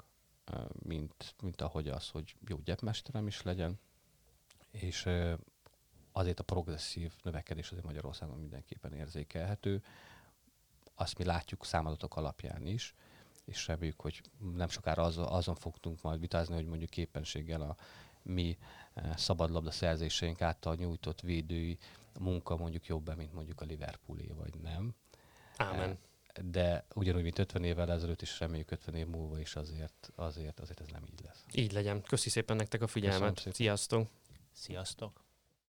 mint ahogy az, hogy jó gyepmesterem is legyen, és azért a progresszív növekedés azért Magyarországon mindenképpen érzékelhető. Azt mi látjuk számadatok alapján is, és reméljük, hogy nem sokára azon fogtunk majd vitázni, hogy mondjuk éppenséggel a mi szabadlabda szerzéseink által nyújtott védői munka mondjuk jobb, mint mondjuk a Liverpoolé, vagy nem. Ámen. De ugyanúgy, mint 50 évvel ezelőtt, és reméljük 50 év múlva is azért ez nem így lesz. Így legyen. Köszi szépen nektek a figyelmet. Sziasztok! Sziasztok!